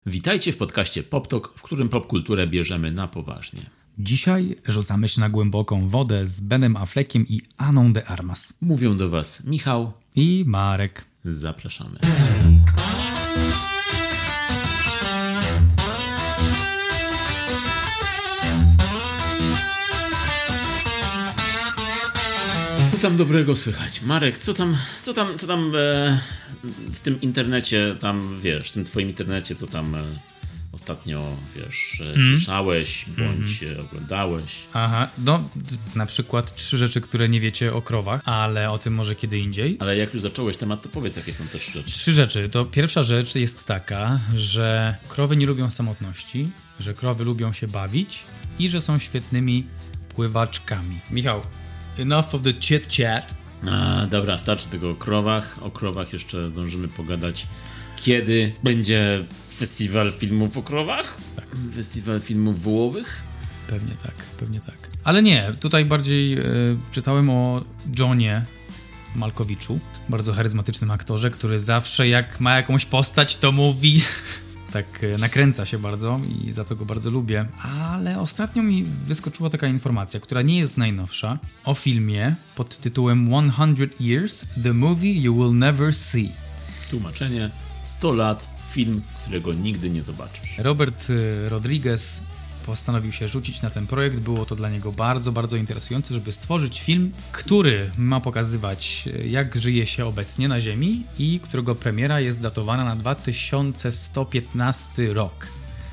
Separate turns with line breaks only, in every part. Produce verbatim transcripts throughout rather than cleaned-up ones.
Witajcie w podcaście PopTalk, w którym popkulturę bierzemy na poważnie.
Dzisiaj rzucamy się na głęboką wodę z Benem Affleckiem i Aną de Armas.
Mówią do Was Michał
i Marek.
Zapraszamy. Co tam dobrego słychać? Marek, co tam, co tam, co tam e, w tym internecie, tam wiesz, w tym twoim internecie, co tam e, ostatnio, wiesz, e, mm. słyszałeś, bądź mm. oglądałeś?
Aha, no na przykład trzy rzeczy, które nie wiecie o krowach, ale o tym może kiedy indziej.
Ale jak już zacząłeś temat, to powiedz, jakie są te trzy rzeczy.
Trzy rzeczy. To pierwsza rzecz jest taka, że krowy nie lubią samotności, że krowy lubią się bawić i że są świetnymi pływaczkami. Michał, enough of the chit-chat.
A, dobra, starczy tego o krowach. O krowach jeszcze zdążymy pogadać. Kiedy będzie festiwal filmów o krowach? Tak. Festiwal filmów wołowych?
Pewnie tak, pewnie tak. Ale nie, tutaj bardziej e, czytałem o Johnie Malkowiczu, bardzo charyzmatycznym aktorze, który zawsze jak ma jakąś postać, to mówi... Tak nakręca się bardzo i za to go bardzo lubię. Ale ostatnio mi wyskoczyła taka informacja, która nie jest najnowsza, o filmie pod tytułem sto Years, The Movie You Will Never See.
Tłumaczenie: sto lat, film, którego nigdy nie zobaczysz.
Robert Rodriguez postanowił się rzucić na ten projekt. Było to dla niego bardzo, bardzo interesujące, żeby stworzyć film, który ma pokazywać, jak żyje się obecnie na Ziemi i którego premiera jest datowana na dwa tysiące sto piętnasty rok.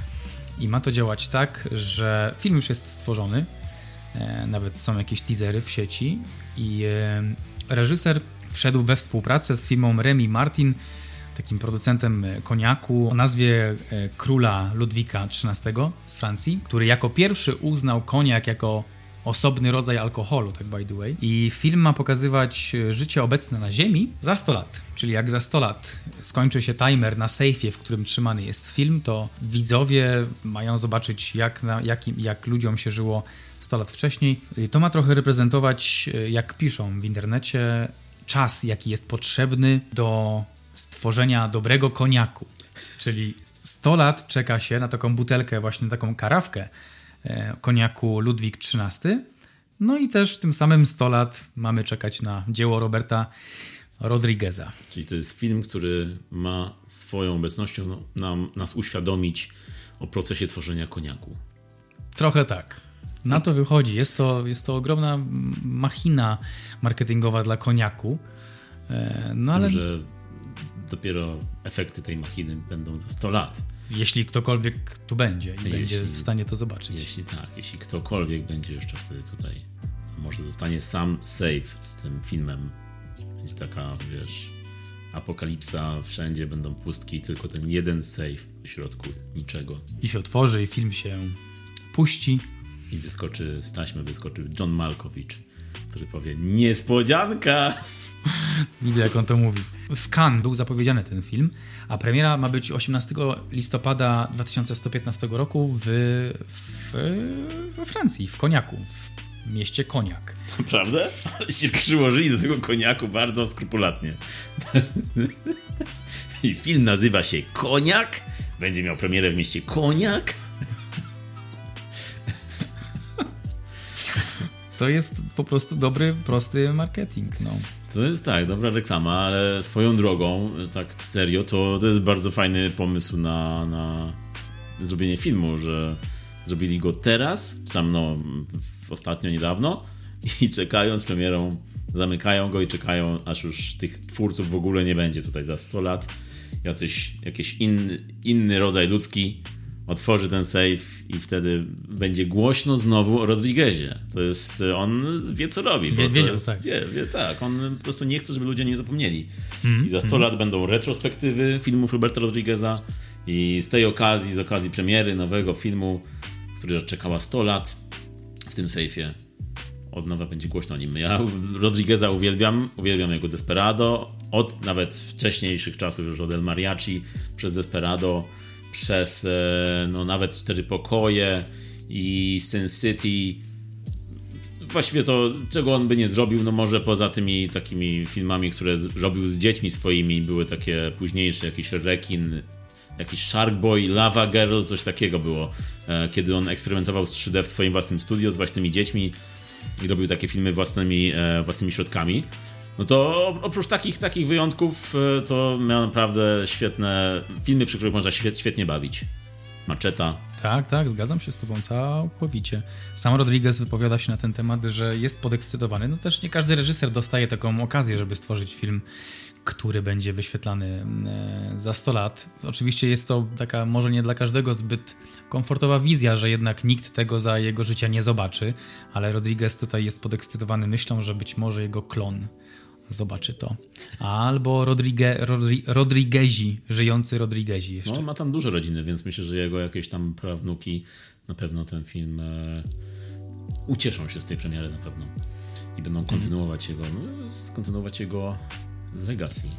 I ma to działać tak, że film już jest stworzony, e, nawet są jakieś teasery w sieci i e, reżyser wszedł we współpracę z firmą Remy Martin, takim producentem koniaku o nazwie króla Ludwika trzynastego z Francji, który jako pierwszy uznał koniak jako osobny rodzaj alkoholu, tak by the way. I film ma pokazywać życie obecne na Ziemi za sto lat. Czyli jak za sto lat skończy się timer na sejfie, w którym trzymany jest film, to widzowie mają zobaczyć, jak, na, jak, jak ludziom się żyło sto lat wcześniej. I to ma trochę reprezentować, jak piszą w internecie, czas, jaki jest potrzebny do stworzenia dobrego koniaku. Czyli sto lat czeka się na taką butelkę, właśnie taką karawkę e, koniaku Ludwik trzynasty. No i też tym samym sto lat mamy czekać na dzieło Roberta Rodrigueza.
Czyli to jest film, który ma swoją obecnością no, nam, nas uświadomić o procesie tworzenia koniaku.
Trochę tak. Na to wychodzi. Jest to, jest to ogromna machina marketingowa dla koniaku. E, no
Z tym,
ale...
że dopiero efekty tej machiny będą za sto lat.
Jeśli ktokolwiek tu będzie i
jeśli,
będzie w stanie to zobaczyć.
Jeśli tak, jeśli ktokolwiek będzie jeszcze wtedy tutaj, może zostanie sam save z tym filmem. Będzie taka, wiesz, apokalipsa, wszędzie będą pustki, tylko ten jeden save w środku, niczego.
I się otworzy i film się puści.
I wyskoczy, z taśmy wyskoczy John Malkovich, który powie: niespodzianka!
Widzę, jak on to mówi. W Cannes był zapowiedziany ten film, a premiera ma być osiemnastego listopada dwa tysiące sto piętnastego roku w, w, we Francji, w Koniaku, w mieście Koniak.
Naprawdę? Ale się przyłożyli do tego koniaku bardzo skrupulatnie. I film nazywa się Koniak, będzie miał premierę w mieście Koniak.
To jest po prostu dobry, prosty marketing, no.
To jest tak, dobra reklama, ale swoją drogą, tak serio, to, to jest bardzo fajny pomysł na, na zrobienie filmu, że zrobili go teraz, czy tam no ostatnio, niedawno i czekają z premierą, zamykają go i czekają, aż już tych twórców w ogóle nie będzie tutaj za sto lat. Jacyś, jakiś inny, inny rodzaj ludzki otworzy ten safe i wtedy będzie głośno znowu o Rodriguezie. To jest, on wie co robi.
Wie, wiedział,
jest,
tak.
Wie, wie, tak. On po prostu nie chce, żeby ludzie nie zapomnieli.
Mm,
I za sto mm. lat będą retrospektywy filmów Roberta Rodrigueza i z tej okazji, z okazji premiery nowego filmu, który czekała sto lat, w tym sejfie od nowa będzie głośno o nim. Ja Rodrigueza uwielbiam, uwielbiam jego Desperado, od nawet wcześniejszych czasów już od El Mariachi, przez Desperado, przez no nawet Cztery pokoje i Sin City. Właściwie to, czego on by nie zrobił, no może poza tymi takimi filmami, które z, robił z dziećmi swoimi, były takie późniejsze, jakiś Rekin, jakiś Shark Boy, Lava Girl, coś takiego było, kiedy on eksperymentował z trzy D w swoim własnym studio z własnymi dziećmi i robił takie filmy własnymi, własnymi środkami. No to oprócz takich, takich wyjątków to miał naprawdę świetne filmy, przy których można się świetnie bawić. Macheta.
Tak, tak, zgadzam się z tobą całkowicie. Sam Rodriguez wypowiada się na ten temat, że jest podekscytowany. No też nie każdy reżyser dostaje taką okazję, żeby stworzyć film, który będzie wyświetlany za sto lat. Oczywiście jest to taka może nie dla każdego zbyt komfortowa wizja, że jednak nikt tego za jego życia nie zobaczy, ale Rodriguez tutaj jest podekscytowany myślą, że być może jego klon zobaczy to. Albo Rodrigue, Rodri, Rodriguezi, żyjący Rodriguezi jeszcze.
No, ma tam dużo rodziny, więc myślę, że jego jakieś tam prawnuki na pewno ten film e, ucieszą się z tej premiery na pewno i będą kontynuować mm. jego no, kontynuować jego legacy.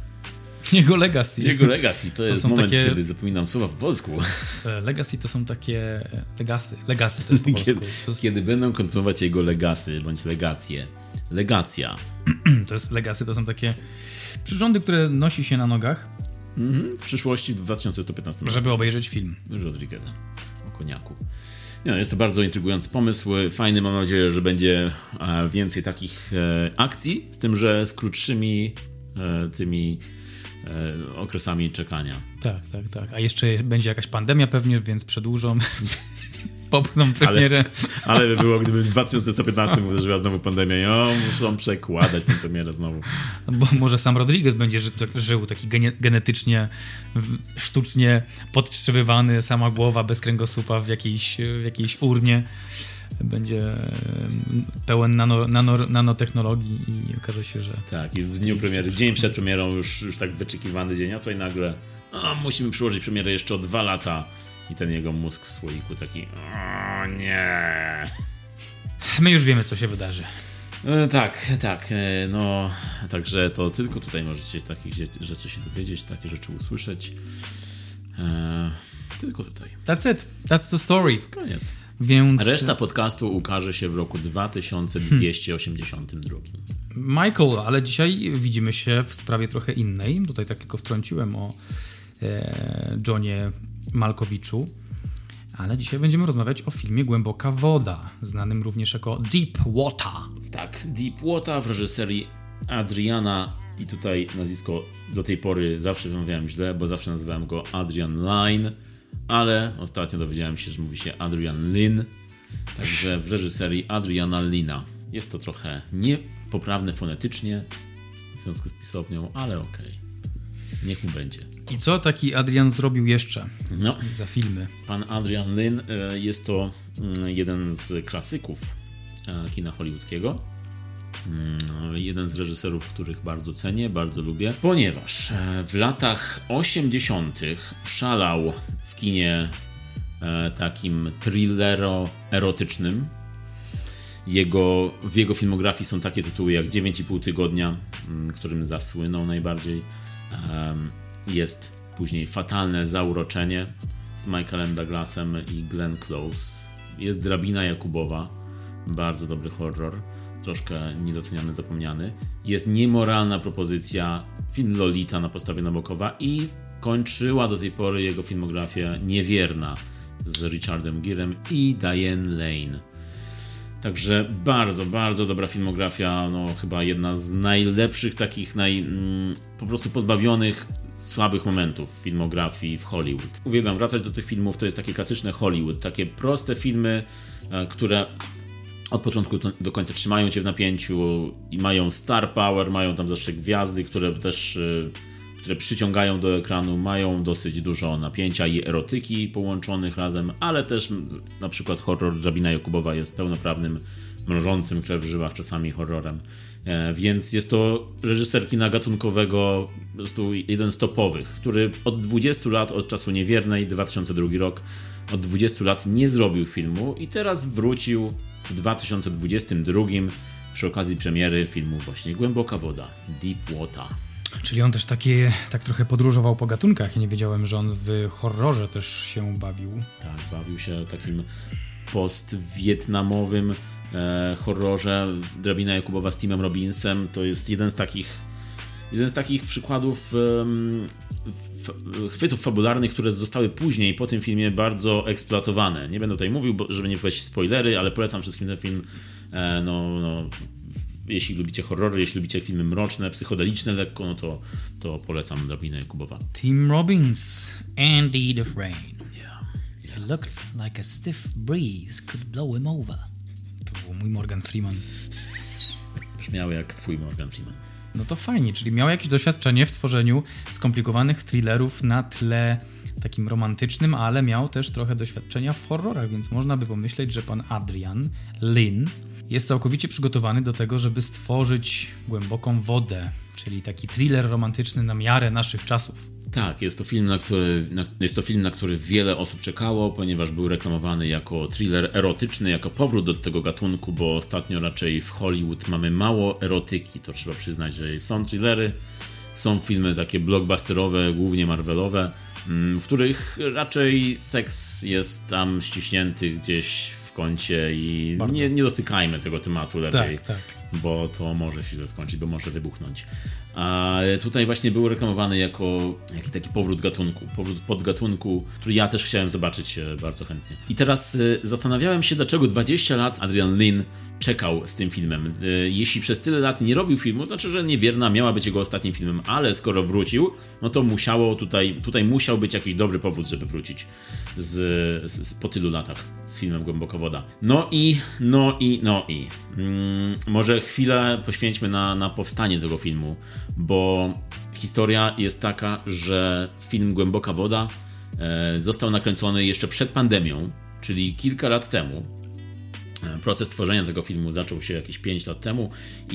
Jego legacy.
Jego legacy. To, to jest moment, takie... kiedy zapominam słowa po polsku.
Legacy to są takie... Legacy. Legacy to jest po polsku.
Kiedy,
to jest...
kiedy będą kontynuować jego legacy, bądź legacje. Legacja.
To jest legacy, to są takie przyrządy, które nosi się na nogach.
Mm-hmm. W przyszłości w dwa tysiące sto piętnastym roku.
Żeby obejrzeć film.
Rodrigueza. O koniaku. Nie, jest to bardzo intrygujący pomysł. Fajny, mam nadzieję, że będzie więcej takich e, akcji, z tym, że z krótszymi e, tymi e, okresami czekania.
Tak, tak, tak. A jeszcze będzie jakaś pandemia pewnie, więc przedłużą popchną premierę.
Ale, ale by było, gdyby w dwa tysiące sto piętnastym uderzyła znowu pandemia i o, muszą przekładać tę premierę znowu.
Bo może sam Rodriguez będzie ży, żył taki genie, genetycznie, sztucznie podtrzymywany, sama głowa bez kręgosłupa w jakiejś, w jakiejś urnie. Będzie pełen nano, nano, nanotechnologii i okaże się, że...
Tak, i w dniu premiery, dzień przed premierą, już, już tak wyczekiwany dzień, a tutaj nagle a, musimy przyłożyć premierę jeszcze o dwa lata i ten jego mózg w słoiku taki o nie.
My już wiemy, co się wydarzy.
E, tak, tak, e, no także to tylko tutaj możecie takich rzeczy się dowiedzieć, takie rzeczy usłyszeć. E, tylko tutaj.
That's it, that's the story.
Koniec.
Więc...
Reszta podcastu ukaże się w roku dwa tysiące dwieście osiemdziesiątym drugim.
Michael, ale dzisiaj widzimy się w sprawie trochę innej. Tutaj tak tylko wtrąciłem o e, Johnie Malkowiczu. Ale dzisiaj będziemy rozmawiać o filmie Głęboka Woda, znanym również jako Deep Water.
Tak, Deep Water w reżyserii Adriana i tutaj nazwisko do tej pory zawsze wymawiałem źle, bo zawsze nazywałem go Adrian Lyne, ale ostatnio dowiedziałem się, że mówi się Adrian Lin, także w reżyserii Adriana Lina. Jest to trochę niepoprawne fonetycznie w związku z pisownią, ale okej. Okay. Niech mu będzie.
I co taki Adrian zrobił jeszcze
no.
za filmy?
Pan Adrian Lin jest to jeden z klasyków kina hollywoodzkiego. Jeden z reżyserów, których bardzo cenię, bardzo lubię, ponieważ w latach osiemdziesiątych szalał w kinie takim thrillero-erotycznym. Jego, w jego filmografii są takie tytuły jak dziewięć i pół tygodnia, którym zasłynął najbardziej. Jest później Fatalne zauroczenie z Michaelem Douglasem i Glenn Close. Jest Drabina Jakubowa, bardzo dobry horror, troszkę niedoceniany, zapomniany. Jest Niemoralna propozycja, film Lolita na podstawie Nabokowa i kończyła do tej pory jego filmografię Niewierna z Richardem Girem i Diane Lane. Także bardzo, bardzo dobra filmografia, no chyba jedna z najlepszych takich, naj, mm, po prostu pozbawionych słabych momentów w filmografii w Hollywood. Uwielbiam wracać do tych filmów, to jest takie klasyczne Hollywood, takie proste filmy, e, które od początku do końca trzymają cię w napięciu i mają star power, mają tam zawsze gwiazdy, które też e, które przyciągają do ekranu, mają dosyć dużo napięcia i erotyki połączonych razem, ale też na przykład horror Drabina Jakubowa jest pełnoprawnym, mrożącym krew w żyłach czasami horrorem. E, więc jest to reżyser kina gatunkowego, po prostu jeden z topowych, który od dwudziestu lat, od czasu Niewiernej, dwa tysiące drugi rok, od dwudziestu lat nie zrobił filmu i teraz wrócił w dwa tysiące dwudziestym drugim przy okazji premiery filmu właśnie Głęboka Woda, Deep Water.
Czyli on też takie, tak trochę podróżował po gatunkach. Ja nie wiedziałem, że on w horrorze też się bawił.
Tak, bawił się takim post-wietnamowym e, horrorze. Drabina Jakubowa z Timem Robbinsem to jest jeden z takich jeden z takich przykładów um, f- chwytów fabularnych, które zostały później po tym filmie bardzo eksploatowane. Nie będę tutaj mówił, bo, żeby nie wejść w spoilery, ale polecam wszystkim ten film. E, no, no, jeśli lubicie horrory, jeśli lubicie filmy mroczne, psychodeliczne lekko, no to, to polecam Drabinę Jakubowa.
Tim Robbins, Andy Dufresne.
Yeah.
He looked like a stiff breeze could blow him over. To był mój Morgan Freeman.
Brzmiał jak twój Morgan Freeman.
No to fajnie, czyli miał jakieś doświadczenie w tworzeniu skomplikowanych thrillerów na tle takim romantycznym, ale miał też trochę doświadczenia w horrorach, więc można by pomyśleć, że pan Adrian Lyne jest całkowicie przygotowany do tego, żeby stworzyć Głęboką wodę, czyli taki thriller romantyczny na miarę naszych czasów.
Tak, jest to film, na który, na, jest to film, na który wiele osób czekało, ponieważ był reklamowany jako thriller erotyczny, jako powrót do tego gatunku, bo ostatnio raczej w Hollywood mamy mało erotyki. To trzeba przyznać, że są thrillery, są filmy takie blockbusterowe, głównie Marvelowe, w których raczej seks jest tam ściśnięty gdzieś w kącie i nie, nie dotykajmy tego tematu lepiej.
Tak, tak.
Bo to może się źle skończyć, bo może wybuchnąć. A tutaj właśnie był reklamowany jako jakiś taki powrót gatunku, powrót podgatunku, który ja też chciałem zobaczyć bardzo chętnie. I teraz y, zastanawiałem się, dlaczego dwadzieścia lat Adrian Lyne czekał z tym filmem. Y, jeśli przez tyle lat nie robił filmu, to znaczy, że Niewierna miała być jego ostatnim filmem, ale skoro wrócił, no to musiało tutaj, tutaj musiał być jakiś dobry powód, żeby wrócić z, z, po tylu latach z filmem Głęboka woda. No i, no i, no i. Mm, może chwilę poświęćmy na, na powstanie tego filmu, bo historia jest taka, że film Głęboka woda e, został nakręcony jeszcze przed pandemią, czyli kilka lat temu. E, proces tworzenia tego filmu zaczął się jakieś pięć lat temu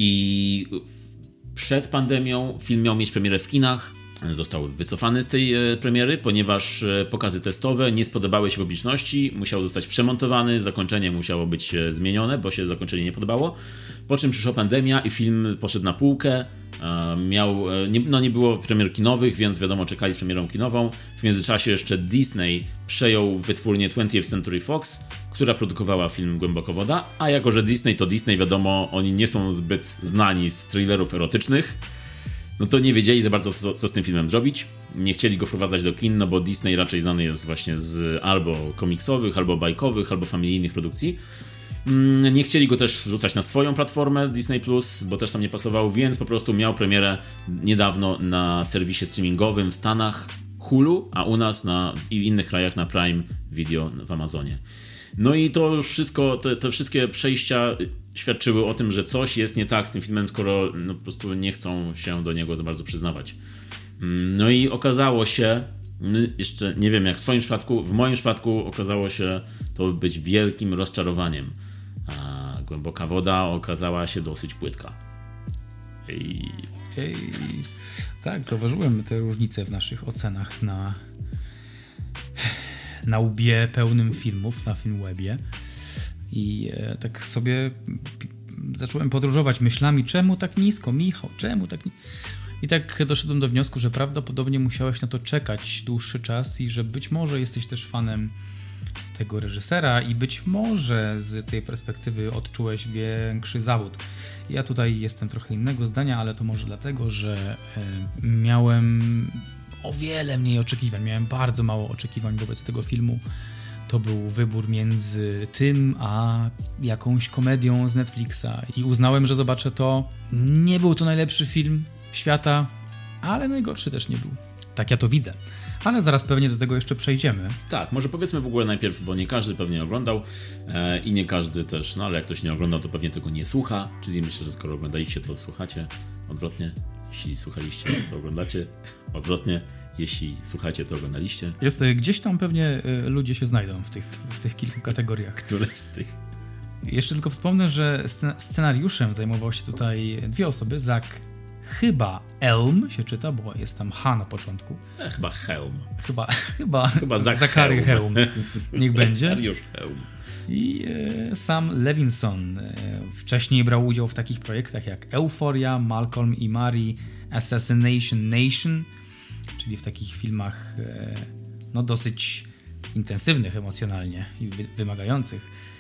i przed pandemią film miał mieć premierę w kinach. Został wycofany z tej e, premiery, ponieważ e, pokazy testowe nie spodobały się publiczności, musiał zostać przemontowany, zakończenie musiało być e, zmienione, bo się zakończenie nie podobało. Po czym przyszła pandemia i film poszedł na półkę. E, miał, e, nie, no nie było premier kinowych, więc wiadomo, czekali z premierą kinową. W międzyczasie jeszcze Disney przejął wytwórnię twentieth Century Fox, która produkowała film Głęboka woda, a jako że Disney to Disney, wiadomo, oni nie są zbyt znani z thrillerów erotycznych, no to nie wiedzieli za bardzo, co, co z tym filmem zrobić. Nie chcieli go wprowadzać do kin, no bo Disney raczej znany jest właśnie z albo komiksowych, albo bajkowych, albo familijnych produkcji. Nie chcieli go też wrzucać na swoją platformę Disney plus, bo też tam nie pasował, więc po prostu miał premierę niedawno na serwisie streamingowym w Stanach Hulu, a u nas na, i w innych krajach na Prime Video w Amazonie. No i to już wszystko, te, te wszystkie przejścia świadczyły o tym, że coś jest nie tak z tym filmem, skoro no, po prostu nie chcą się do niego za bardzo przyznawać. No i okazało się, jeszcze nie wiem jak w twoim przypadku, w moim przypadku okazało się to być wielkim rozczarowaniem. A Głęboka woda okazała się dosyć płytka. I...
Ej, tak, zauważyłem te różnice w naszych ocenach na na łbie pełnym filmów na Filmwebie i e, tak sobie p- zacząłem podróżować myślami, czemu tak nisko, Michał, czemu tak nisko? I tak doszedłem do wniosku, że prawdopodobnie musiałeś na to czekać dłuższy czas i że być może jesteś też fanem tego reżysera i być może z tej perspektywy odczułeś większy zawód. Ja tutaj jestem trochę innego zdania, ale to może dlatego, że e, miałem o wiele mniej oczekiwań. Miałem bardzo mało oczekiwań wobec tego filmu. To był wybór między tym, a jakąś komedią z Netflixa i uznałem, że zobaczę to. Nie był to najlepszy film świata, ale najgorszy też nie był. Tak ja to widzę. Ale zaraz pewnie do tego jeszcze przejdziemy.
Tak, może powiedzmy w ogóle najpierw, bo nie każdy pewnie oglądał e, i nie każdy też, no ale jak ktoś nie oglądał, to pewnie tego nie słucha, czyli myślę, że skoro oglądaliście, to słuchacie. Odwrotnie, jeśli słuchaliście, to oglądacie. Odwrotnie, jeśli słuchacie, to oglądaliście.
Jest, gdzieś tam pewnie y, ludzie się znajdą w tych, w tych kilku kategoriach.
Któreś z tych?
Jeszcze tylko wspomnę, że scenariuszem zajmował się tutaj dwie osoby. Zach chyba Elm się czyta, bo jest tam H na początku.
E, chyba Helm.
Chyba, chyba,
chyba
Zachary Helm. Helm. Niech będzie.
Dariusz Helm.
I e, Sam Levinson e, wcześniej brał udział w takich projektach jak Euphoria, Malcolm i Marie, Assassination Nation, czyli w takich filmach e, no dosyć intensywnych emocjonalnie i wy, wymagających.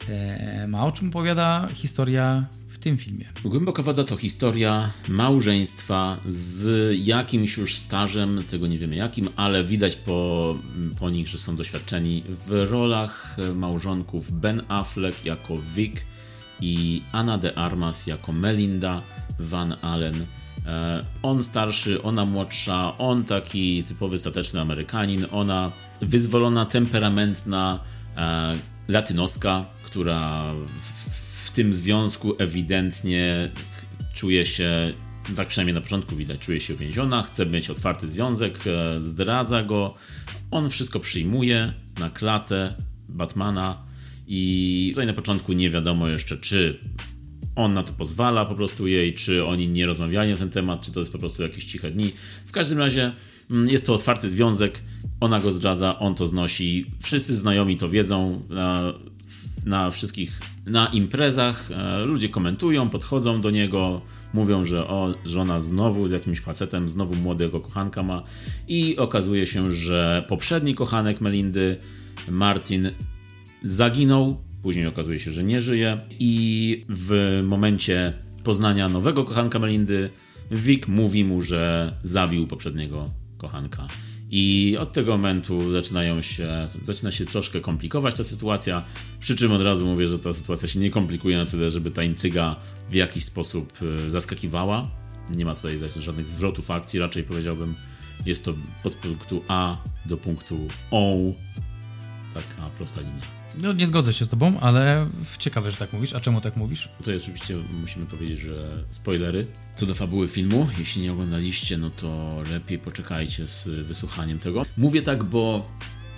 ma o czym opowiada historia w tym filmie.
Głęboka woda to historia małżeństwa z jakimś już stażem, tego nie wiemy jakim, ale widać po, po nich, że są doświadczeni w rolach małżonków Ben Affleck jako Vic i Ana de Armas jako Melinda Van Allen. On starszy, ona młodsza, on taki typowy stateczny Amerykanin, ona wyzwolona, temperamentna latynoska, która w tym związku ewidentnie czuje się, tak przynajmniej na początku widać, czuje się uwięziona, chce mieć otwarty związek, zdradza go, on wszystko przyjmuje na klatę Batmana i tutaj na początku nie wiadomo jeszcze, czy on na to pozwala po prostu jej, czy oni nie rozmawiali na ten temat, czy to jest po prostu jakieś ciche dni. W każdym razie jest to otwarty związek, ona go zdradza, on to znosi, wszyscy znajomi to wiedzą, na, na wszystkich, na imprezach ludzie komentują, podchodzą do niego, mówią, że o, żona znowu z jakimś facetem, znowu młodego kochanka ma i okazuje się, że poprzedni kochanek Melindy, Martin, zaginął, później okazuje się, że nie żyje i w momencie poznania nowego kochanka Melindy, Vic mówi mu, że zabił poprzedniego kochanka. I od tego momentu zaczynają się, zaczyna się troszkę komplikować ta sytuacja, przy czym od razu mówię, że ta sytuacja się nie komplikuje na tyle, żeby ta intryga w jakiś sposób zaskakiwała. Nie ma tutaj żadnych zwrotów akcji, raczej powiedziałbym, jest to od punktu A do punktu O, taka prosta linia.
No nie zgodzę się z tobą, ale ciekawe, że tak mówisz. A czemu tak mówisz?
Tutaj oczywiście musimy powiedzieć, że spoilery. Co do fabuły filmu, jeśli nie oglądaliście, no to lepiej poczekajcie z wysłuchaniem tego. Mówię tak, bo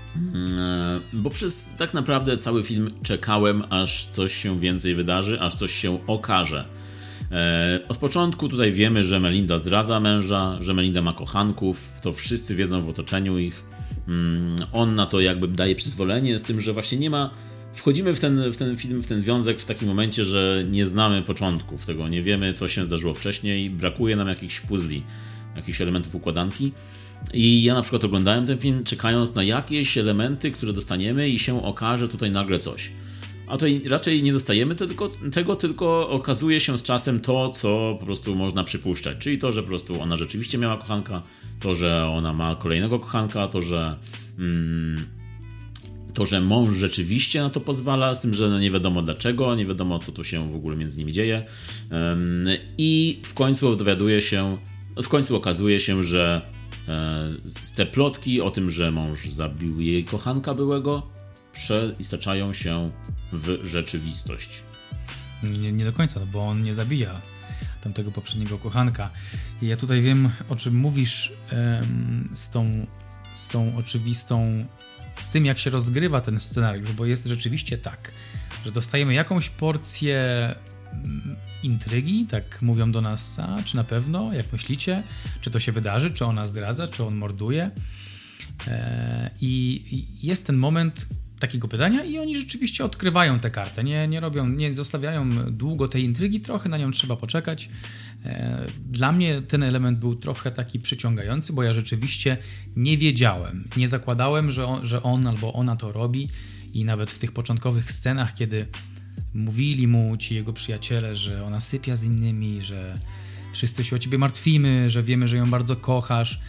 bo przez tak naprawdę cały film czekałem, aż coś się więcej wydarzy, aż coś się okaże. Od początku tutaj wiemy, że Melinda zdradza męża, że Melinda ma kochanków, to wszyscy wiedzą w otoczeniu ich. On na to jakby daje przyzwolenie, z tym, że właśnie nie ma... Wchodzimy w ten, w ten film, w ten związek w takim momencie, że nie znamy początków tego, nie wiemy, co się zdarzyło wcześniej, brakuje nam jakichś puzli, jakichś elementów układanki. I ja na przykład oglądałem ten film, czekając na jakieś elementy, które dostaniemy i się okaże tutaj nagle coś. A tutaj raczej nie dostajemy tego, tego, tylko okazuje się z czasem to, co po prostu można przypuszczać. Czyli to, że po prostu ona rzeczywiście miała kochanka, to, że ona ma kolejnego kochanka, to, że mm, to, że mąż rzeczywiście na to pozwala, z tym, że no nie wiadomo dlaczego, nie wiadomo, co tu się w ogóle między nimi dzieje. Um, I w końcu dowiaduje się, w końcu okazuje się, że e, te plotki o tym, że mąż zabił jej kochanka byłego, przeistaczają się w rzeczywistość.
Nie, nie do końca, bo on nie zabija tamtego poprzedniego kochanka. I ja tutaj wiem, o czym mówisz em, z, tą, z tą oczywistą, z tym, jak się rozgrywa ten scenariusz, bo jest rzeczywiście tak, że dostajemy jakąś porcję mm, intrygi, tak mówią do nas, a czy na pewno, jak myślicie, czy to się wydarzy, czy ona zdradza, czy on morduje. E, i, I jest ten moment takiego pytania i oni rzeczywiście odkrywają tę kartę, nie, nie robią, nie zostawiają długo tej intrygi, trochę na nią trzeba poczekać. Dla mnie ten element był trochę taki przyciągający, bo ja rzeczywiście nie wiedziałem, nie zakładałem, że on, że on albo ona to robi i nawet w tych początkowych scenach, kiedy mówili mu ci jego przyjaciele, że ona sypia z innymi, że wszyscy się o ciebie martwimy, że wiemy, że ją bardzo kochasz,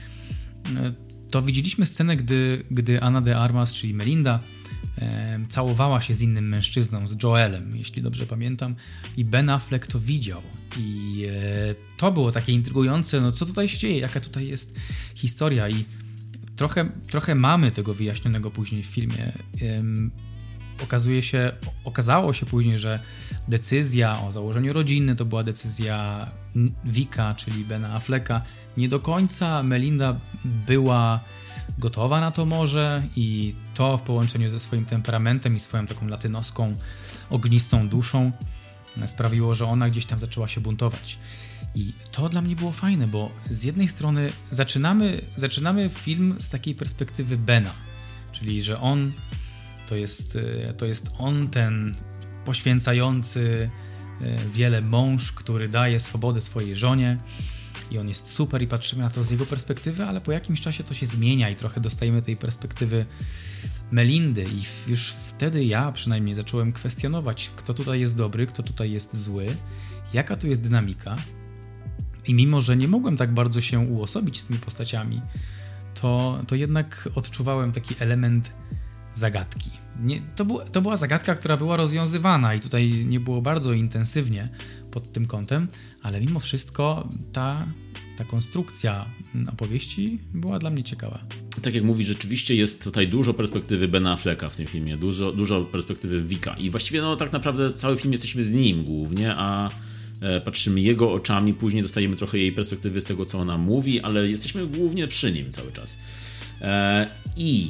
to widzieliśmy scenę, gdy, gdy Ana de Armas, czyli Melinda, całowała się z innym mężczyzną, z Joelem, jeśli dobrze pamiętam, i Ben Affleck to widział i e, to było takie intrygujące, no co tutaj się dzieje, jaka tutaj jest historia i trochę, trochę mamy tego wyjaśnionego później w filmie. Ehm, okazuje się, okazało się później, że decyzja o założeniu rodziny to była decyzja Vic'a, czyli Bena Afflecka. Nie do końca Melinda była gotowa na to może i to w połączeniu ze swoim temperamentem i swoją taką latynoską, ognistą duszą sprawiło, że ona gdzieś tam zaczęła się buntować. I to dla mnie było fajne, bo z jednej strony zaczynamy, zaczynamy film z takiej perspektywy Bena, czyli że on to jest, to jest on ten poświęcający wiele mąż, który daje swobodę swojej żonie, i on jest super i patrzymy na to z jego perspektywy, ale po jakimś czasie to się zmienia i trochę dostajemy tej perspektywy Melindy i już wtedy ja przynajmniej zacząłem kwestionować, kto tutaj jest dobry, kto tutaj jest zły, jaka tu jest dynamika. I mimo, że nie mogłem tak bardzo się uosobić z tymi postaciami, to, to jednak odczuwałem taki element zagadki. Nie, to, był, to była zagadka, która była rozwiązywana i tutaj nie było bardzo intensywnie pod tym kątem, ale mimo wszystko ta, ta konstrukcja opowieści była dla mnie ciekawa.
Tak jak mówisz, rzeczywiście jest tutaj dużo perspektywy Bena Afflecka w tym filmie, dużo, dużo perspektywy Vicka i właściwie no tak naprawdę cały film jesteśmy z nim głównie, a patrzymy jego oczami, później dostajemy trochę jej perspektywy z tego, co ona mówi, ale jesteśmy głównie przy nim cały czas. I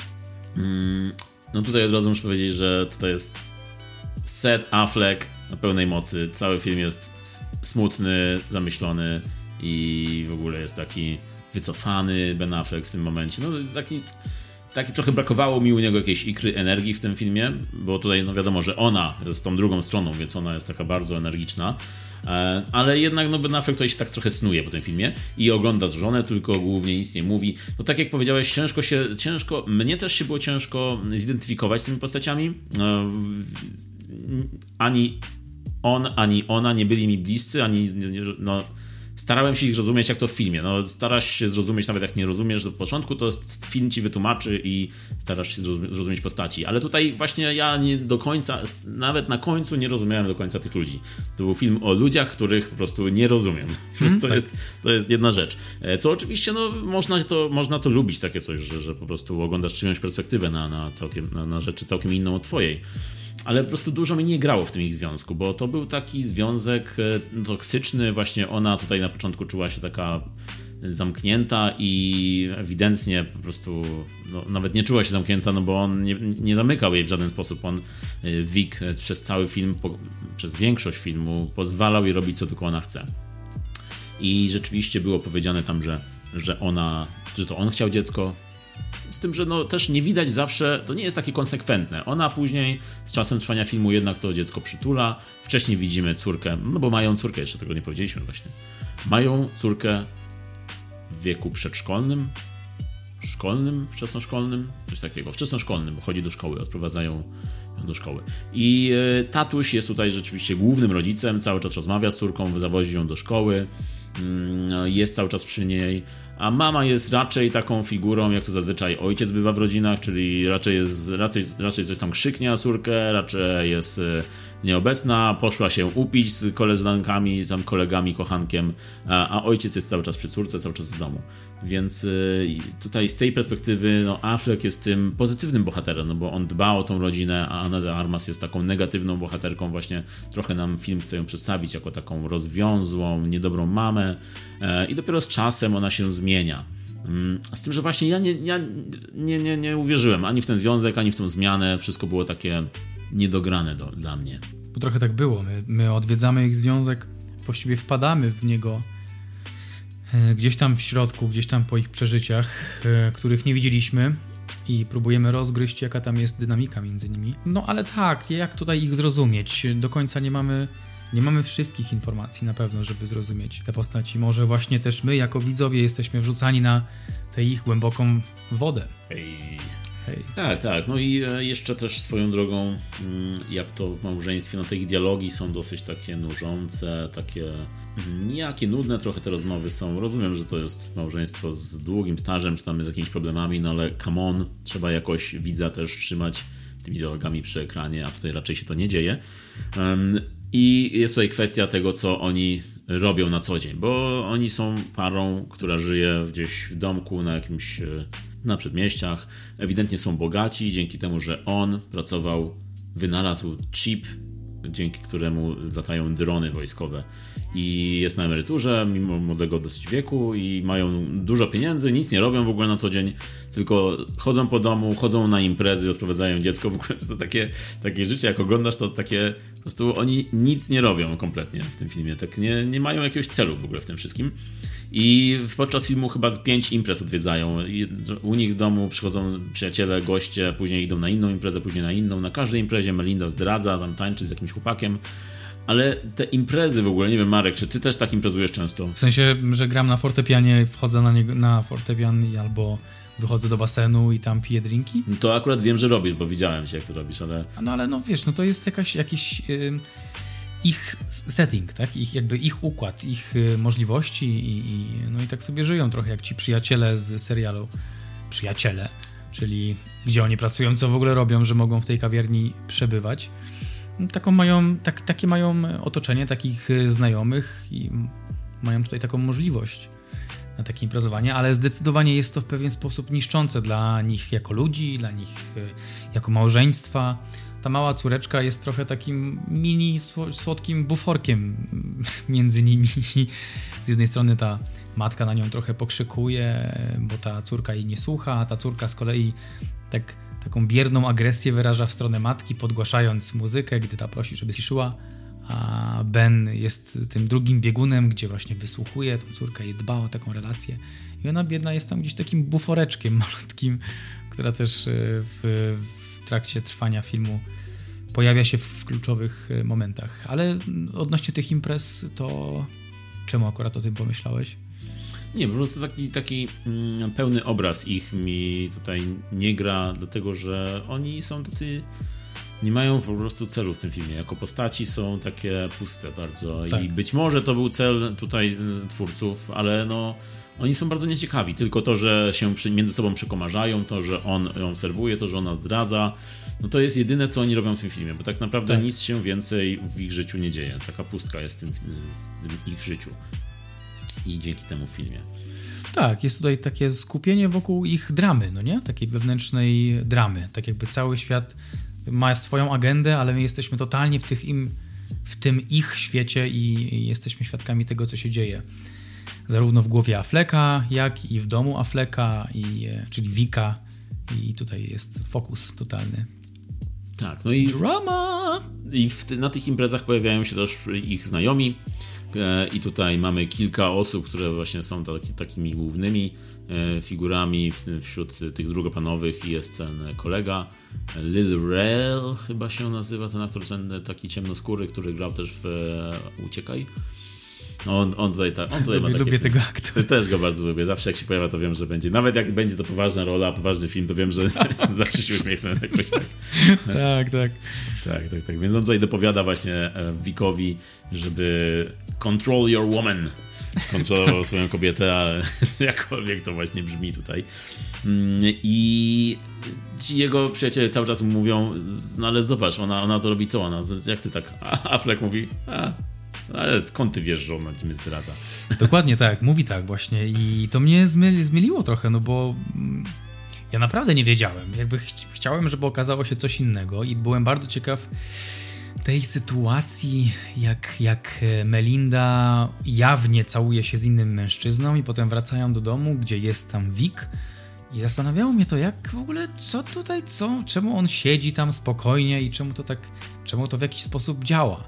no tutaj od razu muszę powiedzieć, że tutaj jest set Affleck na pełnej mocy. Cały film jest smutny, zamyślony i w ogóle jest taki wycofany Ben Affleck w tym momencie. No taki, taki trochę brakowało mi u niego jakiejś ikry energii w tym filmie, bo tutaj no wiadomo, że ona jest tą drugą stroną, więc ona jest taka bardzo energiczna. Ale jednak no Ben Affleck tutaj się tak trochę snuje po tym filmie i ogląda żonę, tylko głównie nic nie mówi. No tak jak powiedziałeś, ciężko się, ciężko, mnie też się było ciężko zidentyfikować z tymi postaciami. Ani on, ani ona nie byli mi bliscy, ani no, starałem się ich zrozumieć jak to w filmie. No, starasz się zrozumieć, nawet jak nie rozumiesz do początku, to film ci wytłumaczy i starasz się zrozumieć postaci. Ale tutaj właśnie ja nie do końca, nawet na końcu nie rozumiałem do końca tych ludzi. To był film o ludziach, których po prostu nie rozumiem. Hmm, to, tak. jest, to jest jedna rzecz. Co oczywiście no, można, to, można to lubić, takie coś, że, że po prostu oglądasz czyjąś perspektywę na, na, całkiem, na, na rzeczy całkiem inną od twojej. Ale po prostu dużo mi nie grało w tym ich związku, bo to był taki związek toksyczny, właśnie ona tutaj na początku czuła się taka zamknięta i ewidentnie po prostu no, nawet nie czuła się zamknięta, no bo on nie, nie zamykał jej w żaden sposób. On, Vic, przez cały film, po, przez większość filmu pozwalał jej robić co tylko ona chce. I rzeczywiście było powiedziane tam, że, że ona, że to on chciał dziecko. Z tym, że no też nie widać zawsze, to nie jest takie konsekwentne. Ona później z czasem trwania filmu jednak to dziecko przytula. Wcześniej widzimy córkę, no bo mają córkę, jeszcze tego nie powiedzieliśmy właśnie. Mają córkę w wieku przedszkolnym, szkolnym, wczesnoszkolnym, coś takiego, wczesnoszkolnym, bo chodzi do szkoły, odprowadzają ją do szkoły. I y, tatuś jest tutaj rzeczywiście głównym rodzicem, cały czas rozmawia z córką, zawozi ją do szkoły, y, jest cały czas przy niej, a mama jest raczej taką figurą, jak to zazwyczaj ojciec bywa w rodzinach, czyli raczej jest, raczej, raczej coś tam krzyknie na córkę, raczej jest y, nieobecna, poszła się upić z koleżankami, tam kolegami, kochankiem, a, a ojciec jest cały czas przy córce, cały czas w domu. Więc y, tutaj z tej perspektywy no, Affleck jest tym pozytywnym bohaterem, no bo on dba o tą rodzinę, a Ana de Armas jest taką negatywną bohaterką. Właśnie trochę nam film chce ją przedstawić jako taką rozwiązłą, niedobrą mamę e, i dopiero z czasem ona się zmienia. Z tym, że właśnie ja nie, ja nie, nie, nie uwierzyłem ani w ten związek, ani w tą zmianę. Wszystko było takie niedograne do, dla mnie.
Bo trochę tak było. My, my odwiedzamy ich związek, właściwie wpadamy w niego e, gdzieś tam w środku, gdzieś tam po ich przeżyciach, e, których nie widzieliśmy i próbujemy rozgryźć, jaka tam jest dynamika między nimi. No ale tak, jak tutaj ich zrozumieć? Do końca nie mamy, nie mamy wszystkich informacji na pewno, żeby zrozumieć te postaci. Może właśnie też my, jako widzowie, jesteśmy wrzucani na tę ich głęboką wodę.
Hej.
Hej.
Tak, tak. No i jeszcze też swoją drogą, jak to w małżeństwie, no te ich dialogi są dosyć takie nużące, takie nijakie, nudne trochę te rozmowy są. Rozumiem, że to jest małżeństwo z długim stażem, czy tam z jakimiś problemami, no ale come on, trzeba jakoś widza też trzymać tymi dialogami przy ekranie, a tutaj raczej się to nie dzieje. I jest tutaj kwestia tego, co oni robią na co dzień, bo oni są parą, która żyje gdzieś w domku na jakimś, na przedmieściach. Ewidentnie są bogaci dzięki temu, że on pracował, wynalazł chip, dzięki któremu latają drony wojskowe i jest na emeryturze mimo młodego dosyć wieku i mają dużo pieniędzy, nic nie robią w ogóle na co dzień, tylko chodzą po domu, chodzą na imprezy, odprowadzają dziecko. W ogóle to takie, takie życie, jak oglądasz, to takie po prostu oni nic nie robią kompletnie w tym filmie, tak nie, nie mają jakiegoś celu w ogóle w tym wszystkim. I podczas filmu chyba z pięć imprez odwiedzają. U nich w domu przychodzą przyjaciele, goście, później idą na inną imprezę, później na inną. Na każdej imprezie Melinda zdradza, tam tańczy z jakimś chłopakiem. ale te imprezy w ogóle, nie wiem, Marek, czy ty też tak imprezujesz często?
W sensie, że gram na fortepianie, wchodzę na niego, na fortepian albo wychodzę do basenu i tam piję drinki?
No to akurat wiem, że robisz, bo widziałem cię, jak to robisz, ale...
No ale no wiesz, no to jest jakaś, jakiś y, ich setting, tak? Ich, jakby ich układ, ich y, możliwości i, i no i tak sobie żyją trochę jak ci przyjaciele z serialu Przyjaciele, czyli gdzie oni pracują, co w ogóle robią, że mogą w tej kawiarni przebywać. Taką mają, tak, takie mają otoczenie takich znajomych i mają tutaj taką możliwość na takie imprezowanie, ale zdecydowanie jest to w pewien sposób niszczące dla nich jako ludzi, dla nich jako małżeństwa. Ta mała córeczka jest trochę takim mini słodkim buforkiem między nimi. Z jednej strony ta matka na nią trochę pokrzykuje, bo ta córka jej nie słucha, a ta córka z kolei tak, taką bierną agresję wyraża w stronę matki, podgłaszając muzykę, gdy ta prosi, żeby ciszyła, a Ben jest tym drugim biegunem, gdzie właśnie wysłuchuje tą córkę i dba o taką relację. I ona biedna jest tam gdzieś takim buforeczkiem malutkim, która też w, w trakcie trwania filmu pojawia się w kluczowych momentach. Ale odnośnie tych imprez, to czemu akurat o tym pomyślałeś?
Nie, po prostu taki, taki mm, pełny obraz ich mi tutaj nie gra, dlatego że oni są tacy, nie mają po prostu celu w tym filmie. Jako postaci są takie puste bardzo tak. I być może to był cel tutaj twórców, ale no oni są bardzo nieciekawi. Tylko to, że się przy, między sobą przekomarzają, to, że on ją serwuje, to, że ona zdradza, no to jest jedyne, co oni robią w tym filmie, bo tak naprawdę tak. nic się więcej w ich życiu nie dzieje. Taka pustka jest w, tym, w ich życiu. I dzięki temu filmie.
Tak, jest tutaj takie skupienie wokół ich dramy, no nie? Takiej wewnętrznej dramy. Tak jakby cały świat ma swoją agendę, ale my jesteśmy totalnie w, tych im, w tym ich świecie i, i jesteśmy świadkami tego, co się dzieje. Zarówno w głowie Afflecka, jak i w domu Afflecka, i, czyli Vika. I tutaj jest fokus totalny.
Tak, no i...
Drama!
I w, na tych imprezach pojawiają się też ich znajomi. I tutaj mamy kilka osób, które właśnie są taki, takimi głównymi figurami wśród tych drugoplanowych. Jest ten kolega Lil Rel, chyba się nazywa ten aktor, ten taki ciemnoskóry, który grał też w Uciekaj. On, on tutaj, ta, on tutaj
lubię,
ma takie
lubię
filmy.
tego aktora.
Też go bardzo lubię. Zawsze jak się pojawia, to wiem, że będzie. Nawet jak będzie to poważna rola, poważny film, to wiem, że zawsze się uśmiechnę jakoś tak.
tak, tak.
Tak, tak, tak. Więc on tutaj dopowiada właśnie Vickowi, żeby control your woman. Kontrolował tak. swoją kobietę, ale jakkolwiek to właśnie brzmi tutaj. I ci jego przyjaciele cały czas mu mówią, no ale zobacz, ona, ona to robi to, ona, jak ty tak? A Affleck mówi, a ale skąd ty wiesz, że ona mnie zdradza?
Dokładnie tak, mówi tak właśnie i to mnie zmy, zmyliło trochę, no bo ja naprawdę nie wiedziałem. Jakby ch- chciałem, żeby okazało się coś innego i byłem bardzo ciekaw tej sytuacji, jak, jak Melinda jawnie całuje się z innym mężczyzną i potem wracają do domu, gdzie jest tam Vic i zastanawiało mnie to, jak w ogóle, co tutaj, co, czemu on siedzi tam spokojnie i czemu to tak, czemu to w jakiś sposób działa.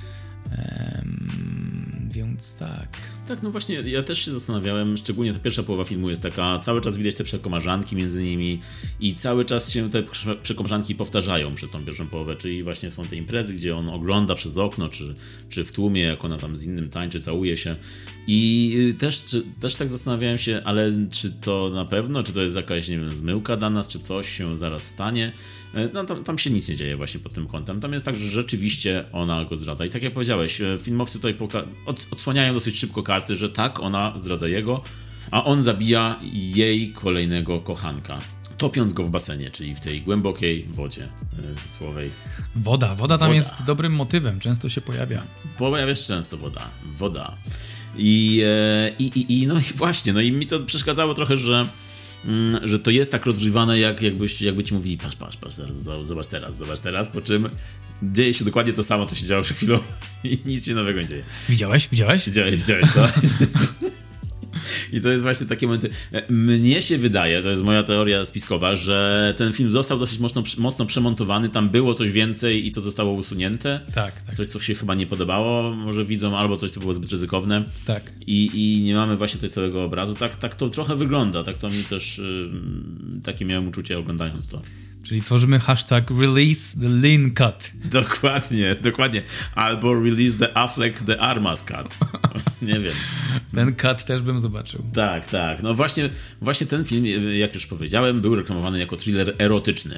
Um, więc tak.
Tak, no właśnie, ja też się zastanawiałem, szczególnie ta pierwsza połowa filmu jest taka, cały czas widać te przekomarzanki między nimi i cały czas się te przekomarzanki powtarzają przez tą pierwszą połowę, czyli właśnie są te imprezy, gdzie on ogląda przez okno, czy, czy w tłumie, jak ona tam z innym tańczy, całuje się i też, czy, też tak zastanawiałem się, ale czy to na pewno, czy to jest jakaś, nie wiem, zmyłka dla nas, czy coś się zaraz stanie. No tam, tam się nic nie dzieje właśnie pod tym kątem. Tam jest tak, że rzeczywiście ona go zdradza. I tak jak powiedziałeś, filmowcy tutaj poka- od, odsłaniają dosyć szybko karty, że tak, ona zdradza jego, a on zabija jej kolejnego kochanka, topiąc go w basenie, czyli w tej głębokiej wodzie styłowej.
Woda, woda tam woda. Jest dobrym motywem, często się pojawia.
Pojawia się często woda, woda. I, i, i, i no i właśnie, no i mi to przeszkadzało trochę, że że to jest tak rozgrywane, jak jakbyś, jakby ci mówili, patrz, patrz, patrz, zobacz teraz, zobacz teraz, po czym dzieje się dokładnie to samo, co się działo przed chwilą i nic się nowego nie dzieje.
Widziałeś? Widziałeś?
Widziałeś, widziałeś to? I to jest właśnie takie momenty. Mnie się wydaje, to jest moja teoria spiskowa, że ten film został dosyć mocno, mocno przemontowany, tam było coś więcej i to zostało usunięte.
Tak, tak.
Coś, co się chyba nie podobało, może widzom, albo coś, co było zbyt ryzykowne.
Tak.
I, i nie mamy właśnie tutaj całego obrazu. Tak, tak to trochę wygląda, tak to mi też, yy, takie miałem uczucie oglądając to.
Czyli tworzymy hashtag release the lean cut.
Dokładnie, dokładnie. Albo release the Affleck the Armas cut. Nie wiem.
Ten cut też bym zobaczył.
Tak, tak. No właśnie, właśnie ten film, jak już powiedziałem, był reklamowany jako thriller erotyczny.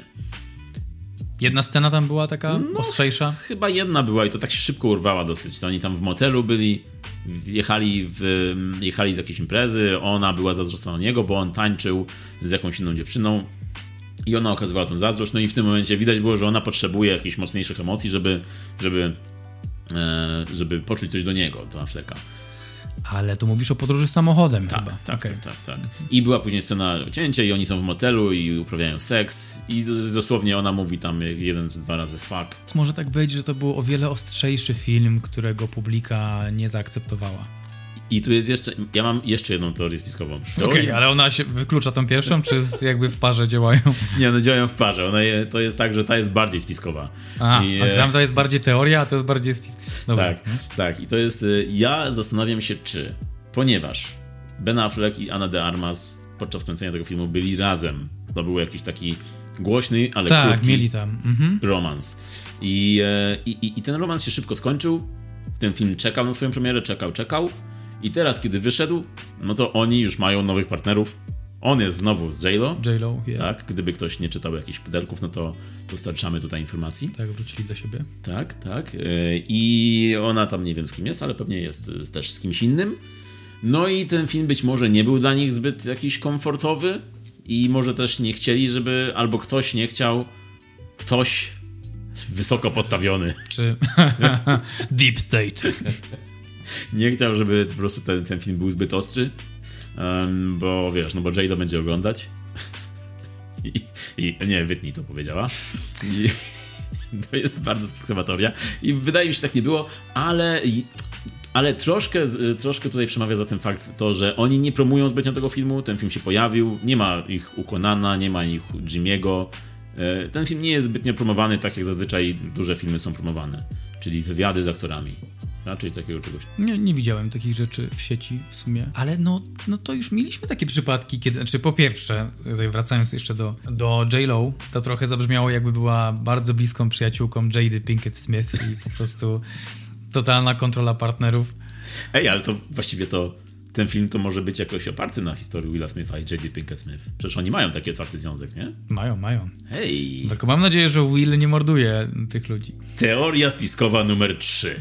Jedna scena tam była taka no, ostrzejsza?
Chyba jedna była i to tak się szybko urwała dosyć. To oni tam w motelu byli, jechali, w, jechali z jakiejś imprezy, ona była zazdrosna o niego, bo on tańczył z jakąś inną dziewczyną i ona okazywała tą zazdrość. No i w tym momencie widać było, że ona potrzebuje jakichś mocniejszych emocji, żeby, żeby, e, żeby poczuć coś do niego, do Afflecka.
Ale tu mówisz o podróży samochodem
tak,
chyba.
Tak,
okay.
tak, tak, tak. I była później scena cięcia i oni są w motelu i uprawiają seks i dosłownie ona mówi tam jeden czy dwa razy fuck.
Może tak być, że to był o wiele ostrzejszy film, którego publika nie zaakceptowała.
I tu jest jeszcze, ja mam jeszcze jedną teorię spiskową.
Okej, okay, ale ona się wyklucza tą pierwszą, czy jakby w parze działają?
Nie, one działają w parze. Ona je, to jest tak, że ta jest bardziej spiskowa.
A, I, a tam to jest bardziej teoria, a to jest bardziej spis. Dobra.
Tak, hmm? tak. I to jest, ja zastanawiam się, czy, ponieważ Ben Affleck i Ana de Armas podczas kręcenia tego filmu byli razem. To był jakiś taki głośny, ale
tak,
krótki
mieli tam. Mhm.
romans. I, i, I ten romans się szybko skończył. Ten film czekał na swoją premierę, czekał, czekał. I teraz, kiedy wyszedł, no to oni już mają nowych partnerów. On jest znowu z J-Lo.
J-Lo, yeah.
Tak, gdyby ktoś nie czytał jakichś pudelków, no to dostarczamy tutaj informacji.
Tak, wrócili do siebie.
Tak, tak. I ona tam nie wiem z kim jest, ale pewnie jest też z kimś innym. No i ten film być może nie był dla nich zbyt jakiś komfortowy i może też nie chcieli, żeby albo ktoś nie chciał, ktoś wysoko postawiony.
Czy Deep State.
Nie chciał, żeby po prostu ten, ten film był zbyt ostry, um, bo wiesz, no bo J-Lo będzie oglądać i, i nie, wytnij to powiedziała i to jest bardzo spiskowa teoria i wydaje mi się, że tak nie było, ale ale troszkę, troszkę tutaj przemawia za ten fakt to, że oni nie promują zbytnio tego filmu, ten film się pojawił, nie ma ich u Conana, nie ma ich u Jimmy'ego. Ten film nie jest zbytnio promowany tak, jak zazwyczaj duże filmy są promowane, czyli wywiady z aktorami. Raczej takiego czegoś.
Nie, nie widziałem takich rzeczy w sieci w sumie, ale no, no to już mieliśmy takie przypadki, kiedy, znaczy po pierwsze, tutaj wracając jeszcze do, do J-Lo, to trochę zabrzmiało, jakby była bardzo bliską przyjaciółką Jady Pinkett Smith i po prostu totalna kontrola partnerów.
Ej, ale to właściwie to ten film to może być jakoś oparty na historii Willa Smitha i Jady Pinkett Smith. Przecież oni mają taki otwarty związek, nie?
Mają, mają.
Hej!
Tylko mam nadzieję, że Will nie morduje tych ludzi.
Teoria spiskowa numer trzy.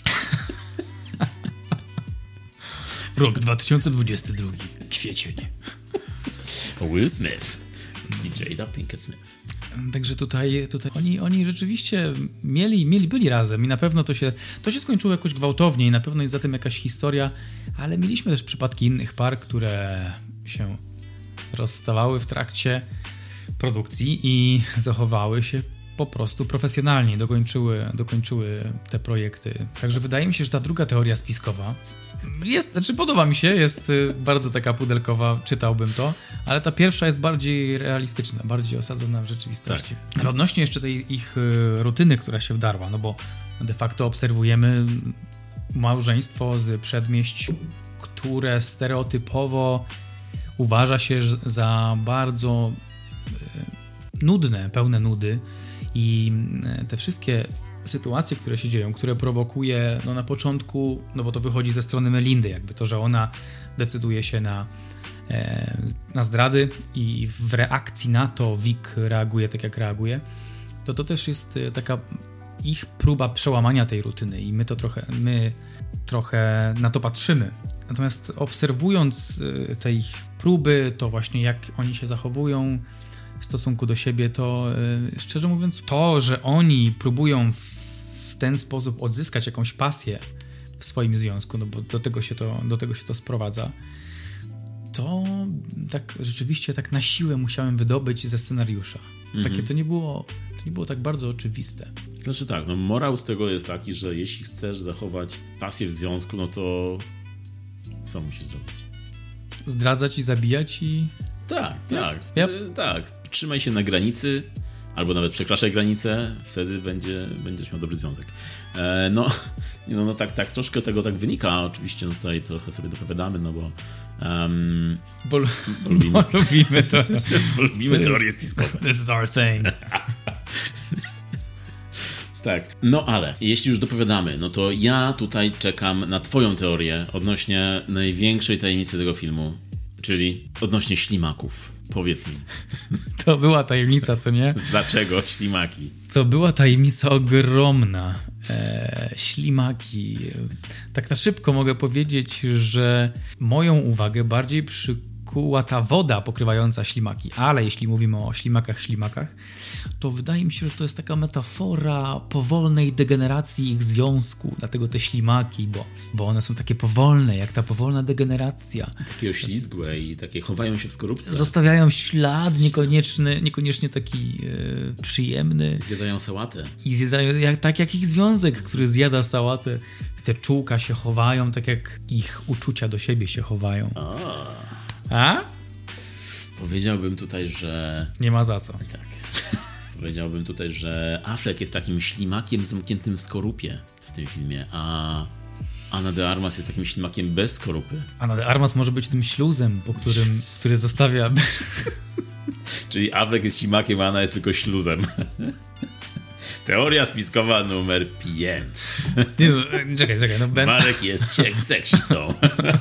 Rok dwa tysiące dwudziesty drugi. Kwiecień.
Will Smith i Jada Pinkett Smith.
Także tutaj, tutaj oni, oni rzeczywiście mieli, mieli, byli razem i na pewno to się, to się skończyło jakoś gwałtownie i na pewno jest za tym jakaś historia, ale mieliśmy też przypadki innych par, które się rozstawały w trakcie produkcji i zachowały się po prostu profesjonalnie, dokończyły, dokończyły te projekty. Także wydaje mi się, że ta druga teoria spiskowa jest, znaczy podoba mi się, jest bardzo taka pudelkowa, czytałbym to, ale ta pierwsza jest bardziej realistyczna, bardziej osadzona w rzeczywistości. Tak. Ale odnośnie jeszcze tej ich rutyny, która się wdarła, no bo de facto obserwujemy małżeństwo z przedmieść, które stereotypowo uważa się za bardzo nudne, pełne nudy i te wszystkie sytuacje, które się dzieją, które prowokuje, no na początku, no bo to wychodzi ze strony Melindy, jakby to, że ona decyduje się na, e, na zdrady i w reakcji na to Vic reaguje tak, jak reaguje, to to też jest taka ich próba przełamania tej rutyny i my to trochę, my trochę na to patrzymy. Natomiast obserwując te ich próby, to właśnie jak oni się zachowują w stosunku do siebie, to yy, szczerze mówiąc, to, że oni próbują w, w ten sposób odzyskać jakąś pasję w swoim związku, no bo do tego się to, do tego się to sprowadza, to tak rzeczywiście tak na siłę musiałem wydobyć ze scenariusza. Mhm. Takie to nie było, to nie było tak bardzo oczywiste.
Znaczy tak, no morał z tego jest taki, że jeśli chcesz zachować pasję w związku, no to co musisz zrobić?
Zdradzać i zabijać i...
Tak, tak,
yep.
tak. Trzymaj się na granicy, albo nawet przekraczaj granicę, wtedy będzie, będziesz miał dobry związek. E, no, no, no tak, tak, troszkę z tego tak wynika. Oczywiście no tutaj trochę sobie dopowiadamy, no bo um,
bo,
bo lubimy,
bo lubimy to.
bo lubimy to teorie spiskowe.
This is our thing.
Tak, no ale jeśli już dopowiadamy, no to ja tutaj czekam na twoją teorię odnośnie największej tajemnicy tego filmu, czyli odnośnie ślimaków. Powiedz mi.
To była tajemnica, co nie?
Dlaczego ślimaki?
To była tajemnica ogromna. Eee, ślimaki. Tak na szybko mogę powiedzieć, że moją uwagę bardziej przykuła ta woda pokrywająca ślimaki. Ale jeśli mówimy o ślimakach, ślimakach, to wydaje mi się, że to jest taka metafora powolnej degeneracji ich związku. Dlatego te ślimaki, bo, bo one są takie powolne, jak ta powolna degeneracja.
Takie oślizgłe i takie chowają się w skorupce.
Zostawiają ślad niekonieczny, niekoniecznie taki e, przyjemny.
Zjadają sałatę.
I zjadają, jak, tak jak ich związek, który zjada sałatę. Te czółka się chowają, tak jak ich uczucia do siebie się chowają.
A?
A?
Powiedziałbym tutaj, że...
Nie ma za co.
Tak. Powiedziałbym tutaj, że Affleck jest takim ślimakiem zamkniętym w skorupie w tym filmie, a Ana de Armas jest takim ślimakiem bez skorupy.
Ana de Armas może być tym śluzem, po którym, który zostawia...
Czyli Affleck jest ślimakiem, a Ana jest tylko śluzem. Teoria spiskowa numer pięć.
Nie, no, czekaj, czekaj. No ben...
Marek jest seksistą.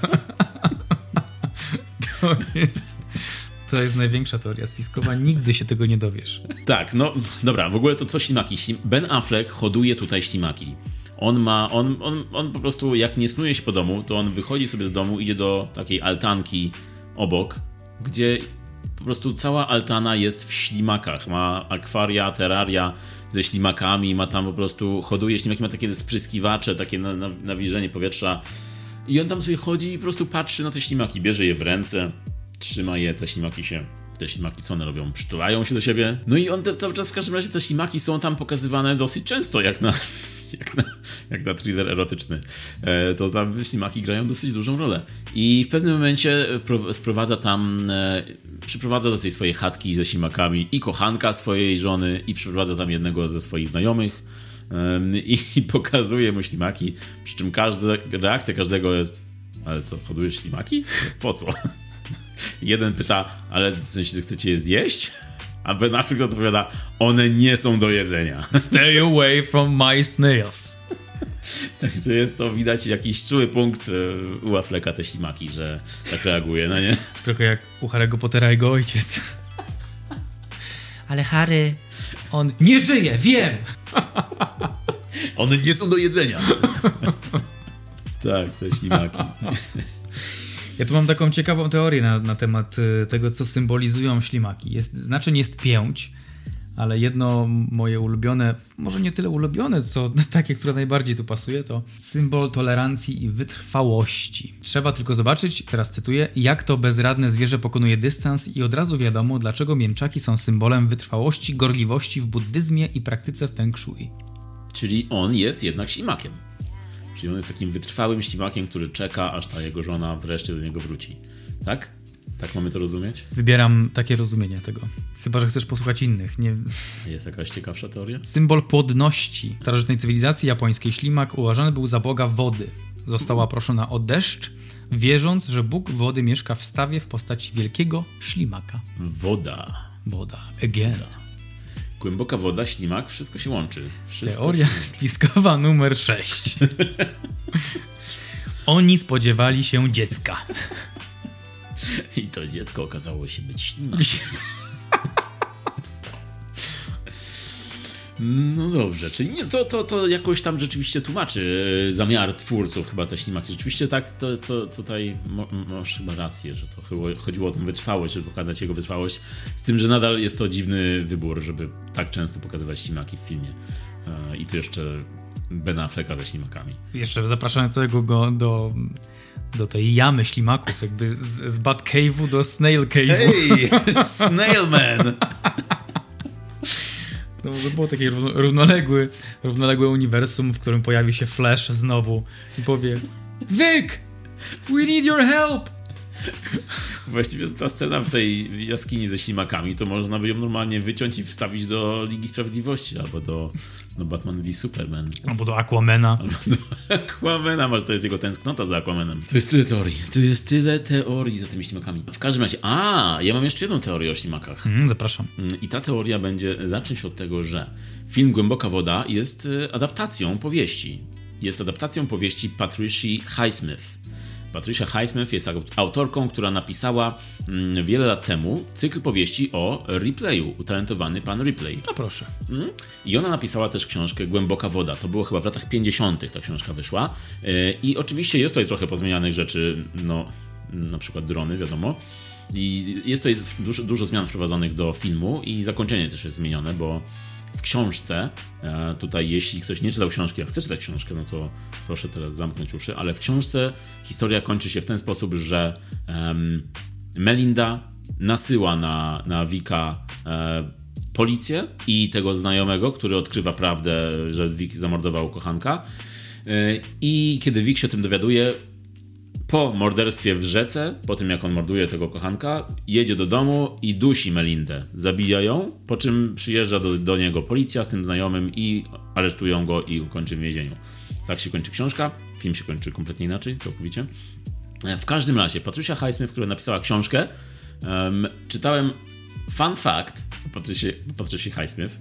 To jest... To jest największa teoria spiskowa, nigdy się tego nie dowiesz.
Tak, no dobra, w ogóle to co ślimaki? Ben Affleck hoduje tutaj ślimaki. On ma, on, on, on po prostu jak nie snuje się po domu, to on wychodzi sobie z domu, idzie do takiej altanki obok, gdzie po prostu cała altana jest w ślimakach. Ma akwaria, terraria ze ślimakami, ma tam po prostu, hoduje ślimaki, ma takie spryskiwacze, takie na, na, nawilżenie powietrza. I on tam sobie chodzi i po prostu patrzy na te ślimaki, bierze je w ręce, trzyma je, te ślimaki się, te ślimaki co one robią? Przytulają się do siebie. No i on te, cały czas w każdym razie te ślimaki są tam pokazywane dosyć często, jak na, jak na, jak na thriller erotyczny. E, to tam ślimaki grają dosyć dużą rolę. I w pewnym momencie pro, sprowadza tam, e, przyprowadza do tej swojej chatki ze ślimakami i kochanka swojej żony i przyprowadza tam jednego ze swoich znajomych e, i, i pokazuje mu ślimaki, przy czym każda, reakcja każdego jest: ale co, hodujesz ślimaki? Po co? Jeden pyta: ale w sensie chcecie je zjeść? A Ben Affleck odpowiada: one nie są do jedzenia.
Stay away from my snails.
Także jest to, widać, jakiś czuły punkt u Afflecka, te ślimaki, że tak reaguje, no nie?
Trochę jak u Harry'ego Pottera jego ojciec. Ale Harry, on nie żyje, wiem!
One nie są do jedzenia. Tak, te ślimaki.
Ja tu mam taką ciekawą teorię na, na temat tego, co symbolizują ślimaki. Jest, znaczeń jest pięć, ale jedno moje ulubione, może nie tyle ulubione, co takie, które najbardziej tu pasuje, to symbol tolerancji i wytrwałości. Trzeba tylko zobaczyć, teraz cytuję, jak to bezradne zwierzę pokonuje dystans i od razu wiadomo, dlaczego mięczaki są symbolem wytrwałości, gorliwości w buddyzmie i praktyce feng shui.
Czyli on jest jednak ślimakiem. Czyli on jest takim wytrwałym ślimakiem, który czeka, aż ta jego żona wreszcie do niego wróci. Tak? Tak mamy to rozumieć?
Wybieram takie rozumienie tego. Chyba że chcesz posłuchać innych. Nie...
Jest jakaś ciekawsza teoria?
Symbol płodności. W starożytnej cywilizacji japońskiej ślimak uważany był za boga wody. Została proszona o deszcz, wierząc, że Bóg wody mieszka w stawie w postaci wielkiego ślimaka.
Woda.
Woda. Again.
Woda. Głęboka woda, ślimak, wszystko się łączy. Wszystko
Teoria
się...
spiskowa numer sześć. Oni spodziewali się dziecka.
I to dziecko okazało się być ślimakiem. No dobrze, czyli nie, to, to, to jakoś tam rzeczywiście tłumaczy zamiar twórców chyba te ślimaki. Rzeczywiście tak, to co tutaj mo, masz chyba rację, że to chodziło o tą wytrwałość, żeby pokazać jego wytrwałość, z tym, że nadal jest to dziwny wybór, żeby tak często pokazywać ślimaki w filmie. I to jeszcze Ben Afflecka ze ślimakami.
Jeszcze zapraszając całego go do, do tej jamy ślimaków, jakby z, z Batcave'u do Snail Cave'u.
Hey, Snailman!
No, to było takie równoległe, równoległe uniwersum, w którym pojawi się Flash znowu i powie: Vic, we need your help!
Właściwie ta scena w tej jaskini ze ślimakami, to można by ją normalnie wyciąć i wstawić do Ligi Sprawiedliwości, albo do, do Batman v Superman.
Albo do Aquamana.
Albo do Aquamana, może to jest jego tęsknota za Aquamanem. To jest tyle teorii. To jest tyle teorii za tymi ślimakami. W każdym razie, a, ja mam jeszcze jedną teorię o ślimakach.
Mm, zapraszam.
I ta teoria będzie zacząć od tego, że film Głęboka Woda jest adaptacją powieści. Jest adaptacją powieści Patricia Highsmith. Patricia Highsmith jest autorką, która napisała mm, wiele lat temu cykl powieści o Ripley'u, Utalentowany Pan Ripley.
No proszę.
Mm? I ona napisała też książkę Głęboka Woda. To było chyba w latach pięćdziesiątych ta książka wyszła. Yy, I oczywiście jest tutaj trochę pozmienianych rzeczy, no na przykład drony, wiadomo. I jest tutaj dużo, dużo zmian wprowadzonych do filmu i zakończenie też jest zmienione, bo w książce, tutaj jeśli ktoś nie czytał książki, a chce czytać książkę, no to proszę teraz zamknąć uszy, ale w książce historia kończy się w ten sposób, że um, Melinda nasyła na, na Vicka e, policję i tego znajomego, który odkrywa prawdę, że Vic zamordował kochanka. E, I kiedy Vic się o tym dowiaduje, po morderstwie w rzece, po tym jak on morduje tego kochanka, jedzie do domu i dusi Melindę. Zabija ją, po czym przyjeżdża do, do niego policja z tym znajomym i aresztują go i kończy w więzieniu. Tak się kończy książka. Film się kończy kompletnie inaczej, całkowicie. W każdym razie, Patricia Highsmith, która napisała książkę, um, czytałem fun fact o Patricia Highsmith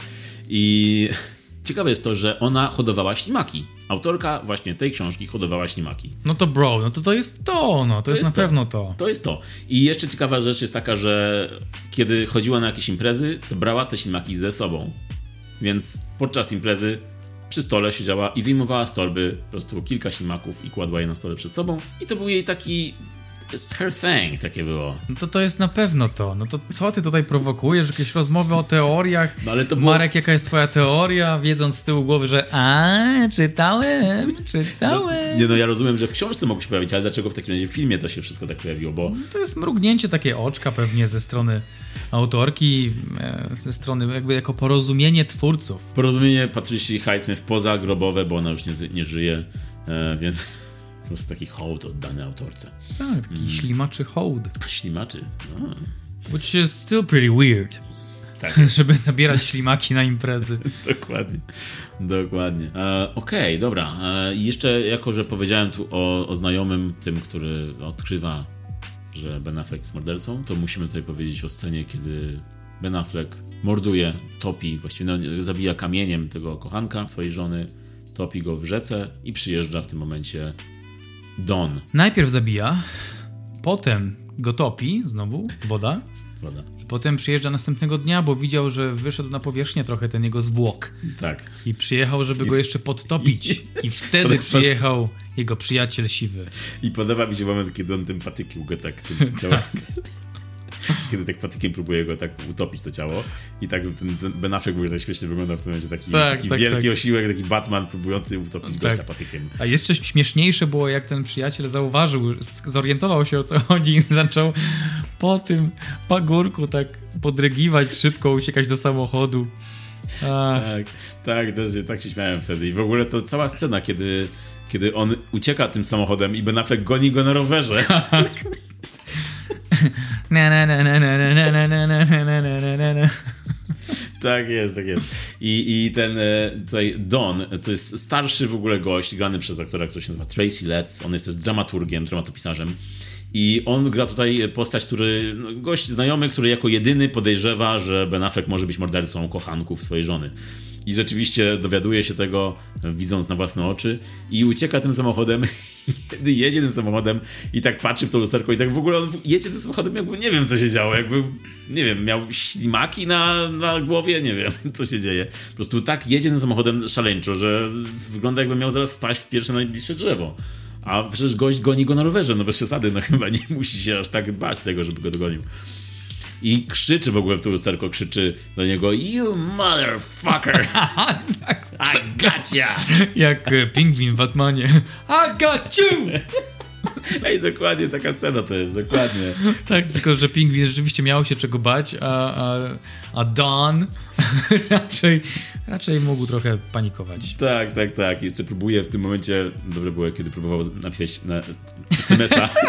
i ciekawe jest to, że ona hodowała ślimaki. Autorka właśnie tej książki hodowała ślimaki.
No to bro, no to to jest to, no to, to jest, jest na to. pewno to.
To jest to. I jeszcze ciekawa rzecz jest taka, że kiedy chodziła na jakieś imprezy, to brała te ślimaki ze sobą. Więc podczas imprezy przy stole siedziała i wyjmowała z torby po prostu kilka ślimaków i kładła je na stole przed sobą. I to był jej taki... her thing, takie było.
No to to jest na pewno to. No to co ty tutaj prowokujesz? Jakieś rozmowy o teoriach?
No ale to było...
Marek, jaka jest twoja teoria? Wiedząc z tyłu głowy, że a, czytałem, czytałem.
No, nie no, ja rozumiem, że w książce mogło się pojawić, ale dlaczego w takim razie w filmie to się wszystko tak pojawiło, bo...
No to jest mrugnięcie takie oczka pewnie ze strony autorki, ze strony jakby jako porozumienie twórców.
Porozumienie Patricia Highsmith pozagrobowe, bo ona już nie, nie żyje, e, więc... Po prostu taki hołd oddany autorce.
Tak, taki mm. ślimaczy hołd. Ślimaczy,
no.
Which is still pretty weird. Tak. Żeby zabierać ślimaki na imprezy.
Dokładnie, dokładnie. E, Okej, okay, dobra. E, jeszcze jako, że powiedziałem tu o, o znajomym, tym, który odkrywa, że Ben Affleck jest mordercą, to musimy tutaj powiedzieć o scenie, kiedy Ben Affleck morduje, topi, właściwie no, zabija kamieniem tego kochanka swojej żony, topi go w rzece i przyjeżdża w tym momencie Don.
Najpierw zabija, potem go topi, znowu, woda.
Woda.
I potem przyjeżdża następnego dnia, bo widział, że wyszedł na powierzchnię trochę ten jego zwłok.
Tak.
I przyjechał, żeby I... go jeszcze podtopić. I wtedy przyjechał jego przyjaciel siwy.
I podoba mi się moment, kiedy on tym patykiem go tak... Tym tak. Kiedy tak patykiem próbuje go tak utopić to ciało i tak ten, ten Ben Affleck w ogóle tak śmiesznie wygląda w tym momencie taki,
tak,
taki
tak,
wielki
tak.
osiłek, taki Batman próbujący utopić tak. gościa patykiem.
A jeszcze śmieszniejsze było, jak ten przyjaciel zauważył, zorientował się, o co chodzi i zaczął po tym pagórku tak podrygiwać szybko, uciekać do samochodu. Ach.
Tak, tak, też, tak się śmiałem wtedy i w ogóle to cała scena, kiedy, kiedy on ucieka tym samochodem i Ben Affleck goni go na rowerze. Tak.
Na, na, na, na, na, na, na, na, na, na, na, na.
Tak jest, tak jest. I, i ten tutaj Don, to jest starszy w ogóle gość, grany przez aktora, który się nazywa Tracy Letts. On jest też dramaturgiem, dramatopisarzem. I on gra tutaj postać, który, no, gość znajomy, który jako jedyny podejrzewa, że Ben Affleck może być mordercą kochanków swojej żony. I rzeczywiście dowiaduje się tego, widząc na własne oczy i ucieka tym samochodem, kiedy jedzie tym samochodem i tak patrzy w to lusterko i tak w ogóle on jedzie tym samochodem, jakby nie wiem, co się działo, jakby, nie wiem, miał ślimaki na, na głowie, nie wiem, co się dzieje. Po prostu tak jedzie tym samochodem szaleńczo, że wygląda, jakby miał zaraz wpaść w pierwsze najbliższe drzewo. A przecież gość goni go na rowerze, no bez przesady, no chyba nie musi się aż tak bać tego, żeby go dogonił. I krzyczy w ogóle w to lusterko, krzyczy do niego You motherfucker! I got ya!
Jak pingwin w Batmanie. I got you!
Ej, dokładnie taka scena to jest, dokładnie.
Tak, tylko że pingwin rzeczywiście miał się czego bać, a, a, a Don raczej, raczej mógł trochę panikować.
Tak, tak, tak. Jeszcze próbuje w tym momencie, dobre było, kiedy próbował napisać na es em es a.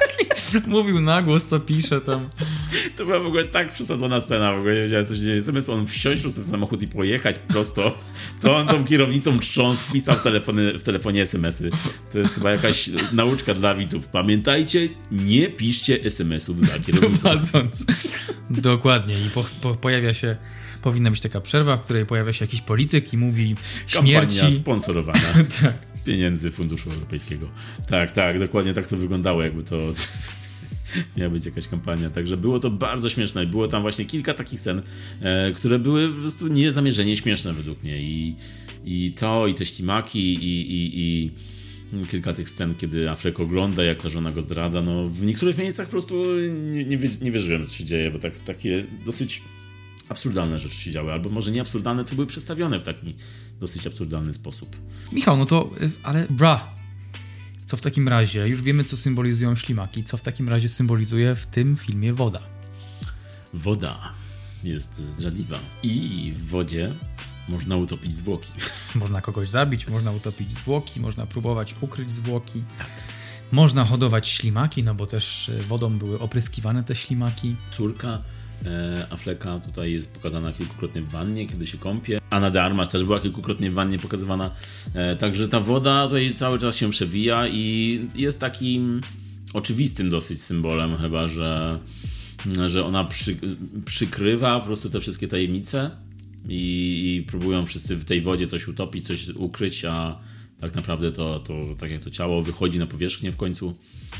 Mówił na głos, co pisze tam.
To była w ogóle tak przesadzona scena, w ogóle nie wiedziałem, co się dzieje. Zamiast on wsiąść po prostu w samochód i pojechać prosto, to on tą kierownicą trząsł, pisał w, telefony, w telefonie es em esy. To jest chyba jakaś nauczka dla widzów. Pamiętajcie, nie piszcie es em esów za kierownicą.
Prowadząc. Dokładnie. I po, po, pojawia się, powinna być taka przerwa, w której pojawia się jakiś polityk i mówi śmierci...
Kampania sponsorowana.
Tak.
Pieniędzy Funduszu Europejskiego. Tak, tak, dokładnie tak to wyglądało, jakby to miała być jakaś kampania. Także było to bardzo śmieszne. Było tam właśnie kilka takich scen, e, które były po prostu niezamierzenie śmieszne według mnie. I, i to, i te ślimaki, i, i, i kilka tych scen, kiedy Affleck ogląda, jak ta żona go zdradza. No, w niektórych miejscach po prostu nie, nie, nie wierzyłem, co się dzieje, bo tak, takie dosyć absurdalne rzeczy się działy, albo może nie absurdalne, co były przedstawione w taki dosyć absurdalny sposób.
Michał, no to, ale bra, co w takim razie, już wiemy, co symbolizują ślimaki, co w takim razie symbolizuje w tym filmie woda?
Woda jest zdradliwa i w wodzie można utopić zwłoki.
Można kogoś zabić, można utopić zwłoki, można próbować ukryć zwłoki.
Tak.
Można hodować ślimaki, no bo też wodą były opryskiwane te ślimaki.
Córka e, Afflecka tutaj jest pokazana kilkukrotnie w wannie, kiedy się kąpie. Ana de Armas też była kilkukrotnie w wannie pokazywana. E, także ta woda tutaj cały czas się przewija i jest takim oczywistym dosyć symbolem chyba, że, że ona przy, przykrywa po prostu te wszystkie tajemnice i, i próbują wszyscy w tej wodzie coś utopić, coś ukryć, a tak naprawdę to, to tak jak to ciało wychodzi na powierzchnię w końcu.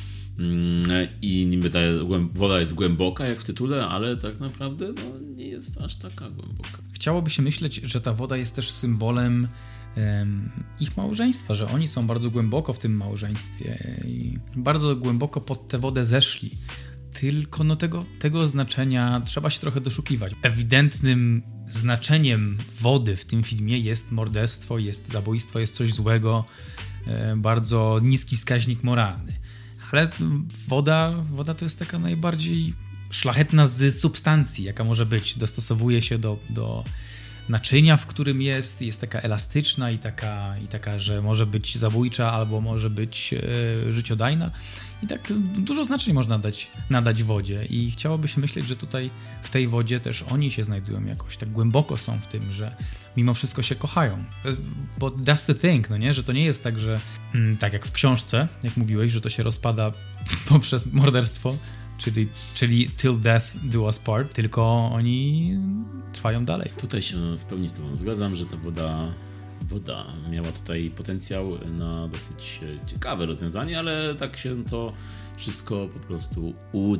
I niby ta woda jest głęboka, jak w tytule, ale tak naprawdę no, nie jest aż taka głęboka.
Chciałoby się myśleć, że ta woda jest też symbolem um, ich małżeństwa, że oni są bardzo głęboko w tym małżeństwie i bardzo głęboko pod tę wodę zeszli. Tylko no tego, tego znaczenia trzeba się trochę doszukiwać. Ewidentnym znaczeniem wody w tym filmie jest morderstwo, jest zabójstwo, jest coś złego, e, bardzo niski wskaźnik moralny. Ale woda, woda to jest taka najbardziej szlachetna z substancji, jaka może być. Dostosowuje się do, do naczynia, w którym jest, jest taka elastyczna i taka, i taka, że może być zabójcza albo może być e, życiodajna. I tak dużo znaczeń można dać, nadać wodzie i chciałoby się myśleć, że tutaj w tej wodzie też oni się znajdują jakoś, tak głęboko są w tym, że mimo wszystko się kochają. Bo that's the thing, no nie? Że to nie jest tak, że mm, tak jak w książce, jak mówiłeś, że to się rozpada poprzez morderstwo, czyli, czyli till death do us part, tylko oni trwają dalej.
Tutaj się w pełni z tobą zgadzam, że ta woda Woda miała tutaj potencjał na dosyć ciekawe rozwiązanie, ale tak się to wszystko po prostu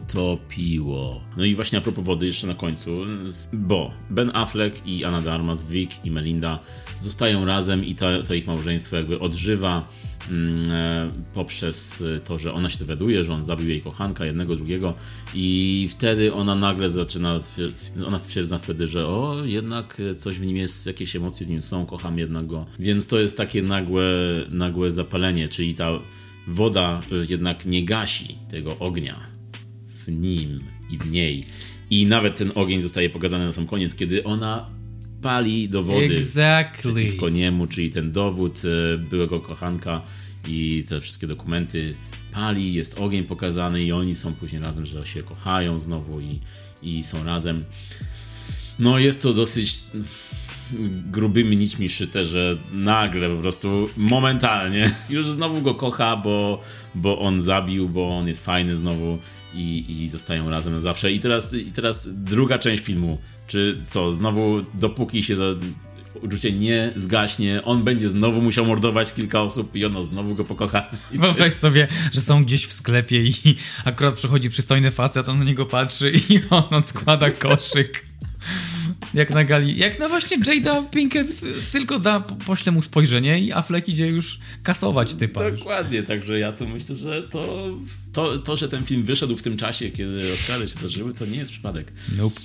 utopiło. No i właśnie a propos wody jeszcze na końcu, bo Ben Affleck i Ana de Armas, Vic i Melinda zostają razem i to, to ich małżeństwo jakby odżywa mm, e, poprzez to, że ona się dowiaduje, że on zabił jej kochanka, jednego, drugiego i wtedy ona nagle zaczyna, ona stwierdza wtedy, że o, jednak coś w nim jest, jakieś emocje w nim są, kocham jednak go. Więc to jest takie nagłe, nagłe zapalenie, czyli ta woda jednak nie gasi tego ognia w nim i w niej. I nawet ten ogień zostaje pokazany na sam koniec, kiedy ona pali do wody
exactly.
przeciwko niemu, czyli ten dowód byłego kochanka i te wszystkie dokumenty pali, jest ogień pokazany i oni są później razem, że się kochają znowu i, i są razem. No jest to dosyć grubymi nićmi szyte, że nagle po prostu momentalnie już znowu go kocha, bo, bo on zabił, bo on jest fajny znowu i, i zostają razem na zawsze. I teraz, i teraz druga część filmu, czy co, znowu dopóki się to uczucie nie zgaśnie, on będzie znowu musiał mordować kilka osób i ona znowu go pokocha.
Wyobraź sobie, że są gdzieś w sklepie i akurat przychodzi przystojny facet, on na niego patrzy i on odkłada koszyk. Jak na gali, jak na właśnie Jada Pinkett tylko da, pośle mu spojrzenie i Affleck idzie już kasować typa.
Dokładnie, już. Także ja tu myślę, że to, to, to, że ten film wyszedł w tym czasie, kiedy Oscary się zdarzyły, to nie jest przypadek.
Nope.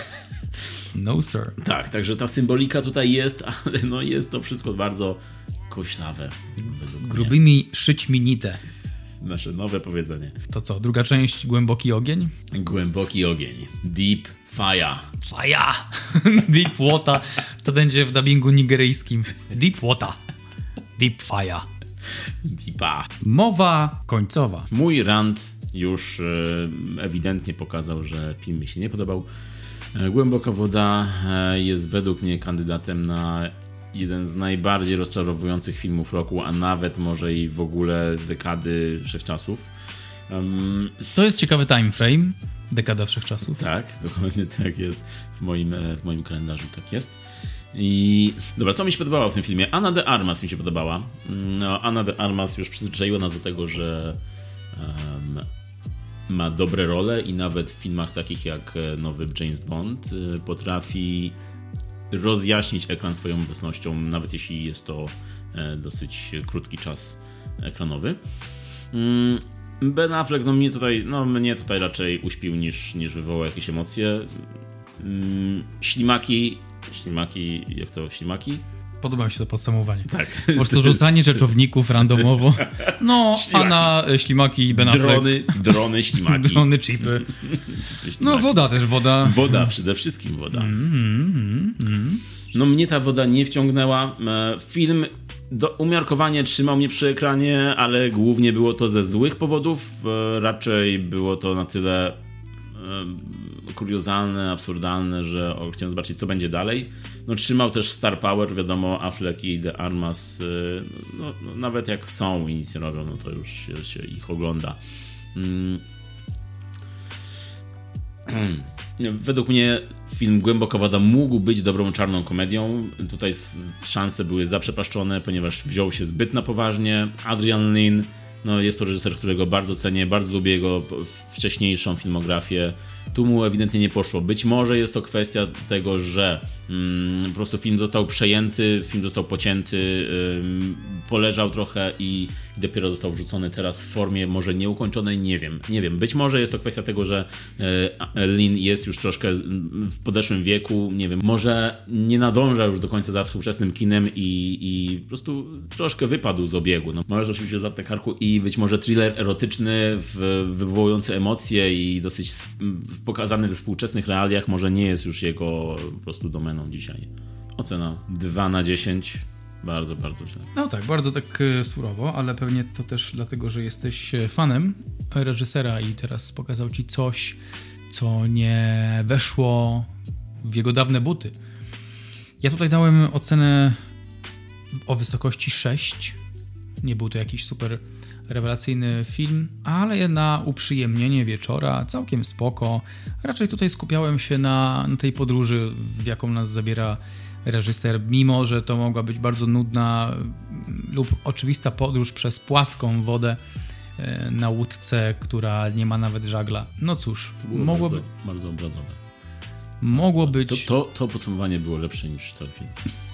No sir.
Tak, także ta symbolika tutaj jest, ale no jest to wszystko bardzo koślawe.
Grubymi szyćmi nitę.
Nasze nowe powiedzenie.
To co, druga część, głęboki ogień?
Głęboki ogień. Deep fire.
Fire. Deep water. To będzie w dubbingu nigeryjskim. Deep water. Deep fire.
Deepa.
Mowa końcowa.
Mój rant już ewidentnie pokazał, że film mi się nie podobał. Głęboka woda jest według mnie kandydatem na jeden z najbardziej rozczarowujących filmów roku, a nawet może i w ogóle dekady wszechczasów. Um,
to jest ciekawy time frame, dekada wszechczasów.
Tak, dokładnie tak jest. W moim, w moim kalendarzu tak jest. I dobra, co mi się podobało w tym filmie? Ana de Armas mi się podobała. No, Ana de Armas już przyzwyczaiła nas do tego, że um, ma dobre role i nawet w filmach takich jak nowy James Bond potrafi rozjaśnić ekran swoją obecnością, nawet jeśli jest to dosyć krótki czas ekranowy. Ben Affleck, no mnie tutaj, no mnie tutaj raczej uśpił niż, niż wywołał jakieś emocje. Ślimaki, ślimaki, jak to ślimaki?
Podoba mi się to podsumowanie.
Tak.
Po prostu rzucanie rzeczowników randomowo. No, ślimaki. Ana, ślimaki i Ben Affleck.
Drony, drony, ślimaki.
Drony, chipy. No woda też, woda.
Woda, przede wszystkim woda.
Mm, mm, mm.
No mnie ta woda nie wciągnęła. Film do umiarkowanie trzymał mnie przy ekranie, ale głównie było to ze złych powodów. Raczej było to na tyle kuriozalne, absurdalne, że o, chciałem zobaczyć, co będzie dalej. No trzymał też Star Power, wiadomo, Affleck i de Armas, no, no, nawet jak są i nic nie robią, no to już się, się ich ogląda. Hmm. Według mnie film Głęboka woda mógł być dobrą czarną komedią. Tutaj szanse były zaprzepaszczone, ponieważ wziął się zbyt na poważnie. Adrian Lyne, no jest to reżyser, którego bardzo cenię, bardzo lubię jego wcześniejszą filmografię. Tu mu ewidentnie nie poszło. Być może jest to kwestia tego, że mm, po prostu film został przejęty, film został pocięty, ym, poleżał trochę i dopiero został wrzucony teraz w formie może nieukończonej, nie wiem. Nie wiem. Być może jest to kwestia tego, że y, Lin jest już troszkę w podeszłym wieku, nie wiem, może nie nadąża już do końca za współczesnym kinem i, i po prostu troszkę wypadł z obiegu. No, może oczywiście lat na karku i być może thriller erotyczny, w, wywołujący emocje i dosyć w, pokazany we współczesnych realiach może nie jest już jego po prostu domeną dzisiaj. Ocena dwa na dziesięć. Bardzo, bardzo źle.
No tak, bardzo tak surowo, ale pewnie to też dlatego, że jesteś fanem reżysera i teraz pokazał ci coś, co nie weszło w jego dawne buty. Ja tutaj dałem ocenę o wysokości sześć. Nie był to jakiś super rewelacyjny film, ale na uprzyjemnienie wieczora całkiem spoko. Raczej tutaj skupiałem się na, na tej podróży, w jaką nas zabiera reżyser, mimo że to mogła być bardzo nudna lub oczywista podróż przez płaską wodę na łódce, która nie ma nawet żagla. No cóż,
to było
mogło
bardzo,
by...
bardzo obrazowe.
Mogło
bardzo,
być...
To, to, to podsumowanie było lepsze niż cały film.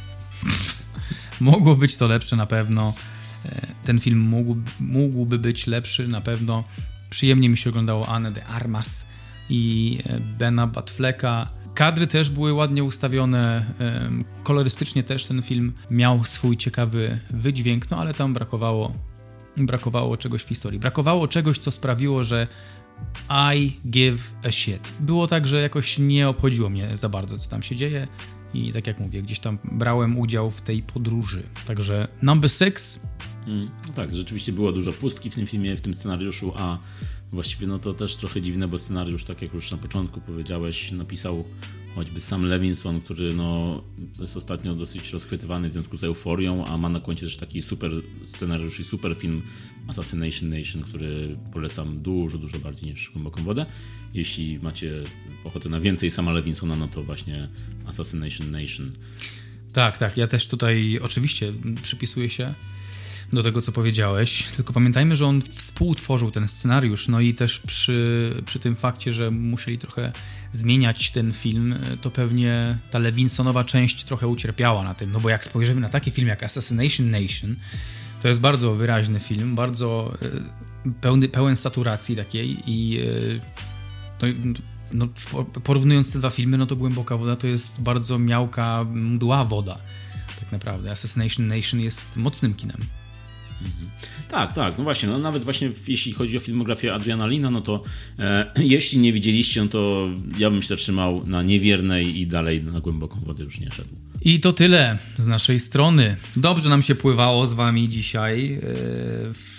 Mogło być to lepsze na pewno. Ten film mógł, mógłby być lepszy na pewno. Przyjemnie mi się oglądało Anę de Armas i Bena Afflecka. Kadry też były ładnie ustawione. Kolorystycznie też ten film miał swój ciekawy wydźwięk, no ale tam brakowało, brakowało czegoś w historii. Brakowało czegoś, co sprawiło, że I give a shit. Było tak, że jakoś nie obchodziło mnie za bardzo, co tam się dzieje. I tak jak mówię, gdzieś tam brałem udział w tej podróży. Także number six.
Mm, no tak, rzeczywiście było dużo pustki w tym filmie, w tym scenariuszu, a właściwie no to też trochę dziwne, bo scenariusz, tak jak już na początku powiedziałeś, napisał choćby Sam Levinson, który no jest ostatnio dosyć rozchwytywany w związku z euforią, a ma na koncie też taki super scenariusz i super film Assassination Nation, który polecam dużo, dużo bardziej niż Głęboką wodę. Jeśli macie ochotę na więcej Sama Levinsona, no to właśnie Assassination Nation.
Tak, tak, ja też tutaj oczywiście przypisuję się do tego, co powiedziałeś, tylko pamiętajmy, że on współtworzył ten scenariusz, no i też przy, przy tym fakcie, że musieli trochę zmieniać ten film, to pewnie ta Levinsonowa część trochę ucierpiała na tym, no bo jak spojrzymy na taki film jak Assassination Nation, to jest bardzo wyraźny film, bardzo pełny, pełen saturacji takiej i no, no, porównując te dwa filmy, no to Głęboka woda to jest bardzo miałka, mdła woda tak naprawdę. Assassination Nation jest mocnym kinem.
Mhm. Tak, tak, no właśnie, no nawet właśnie jeśli chodzi o filmografię Adriana Lyna, no to e, jeśli nie widzieliście, no to ja bym się zatrzymał na Niewiernej i dalej na Głęboką wodę już nie szedł.
I to tyle z naszej strony. Dobrze nam się pływało z wami dzisiaj.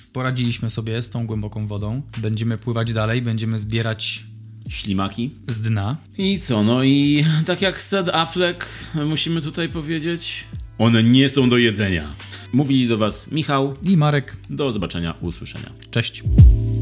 poradziliśmy sobie z tą głęboką wodą. Będziemy pływać dalej, będziemy zbierać
ślimaki
z dna.
I co, no i tak jak said Affleck, musimy tutaj powiedzieć, one nie są do jedzenia. Mówili do was Michał
i Marek.
Do zobaczenia, usłyszenia.
Cześć.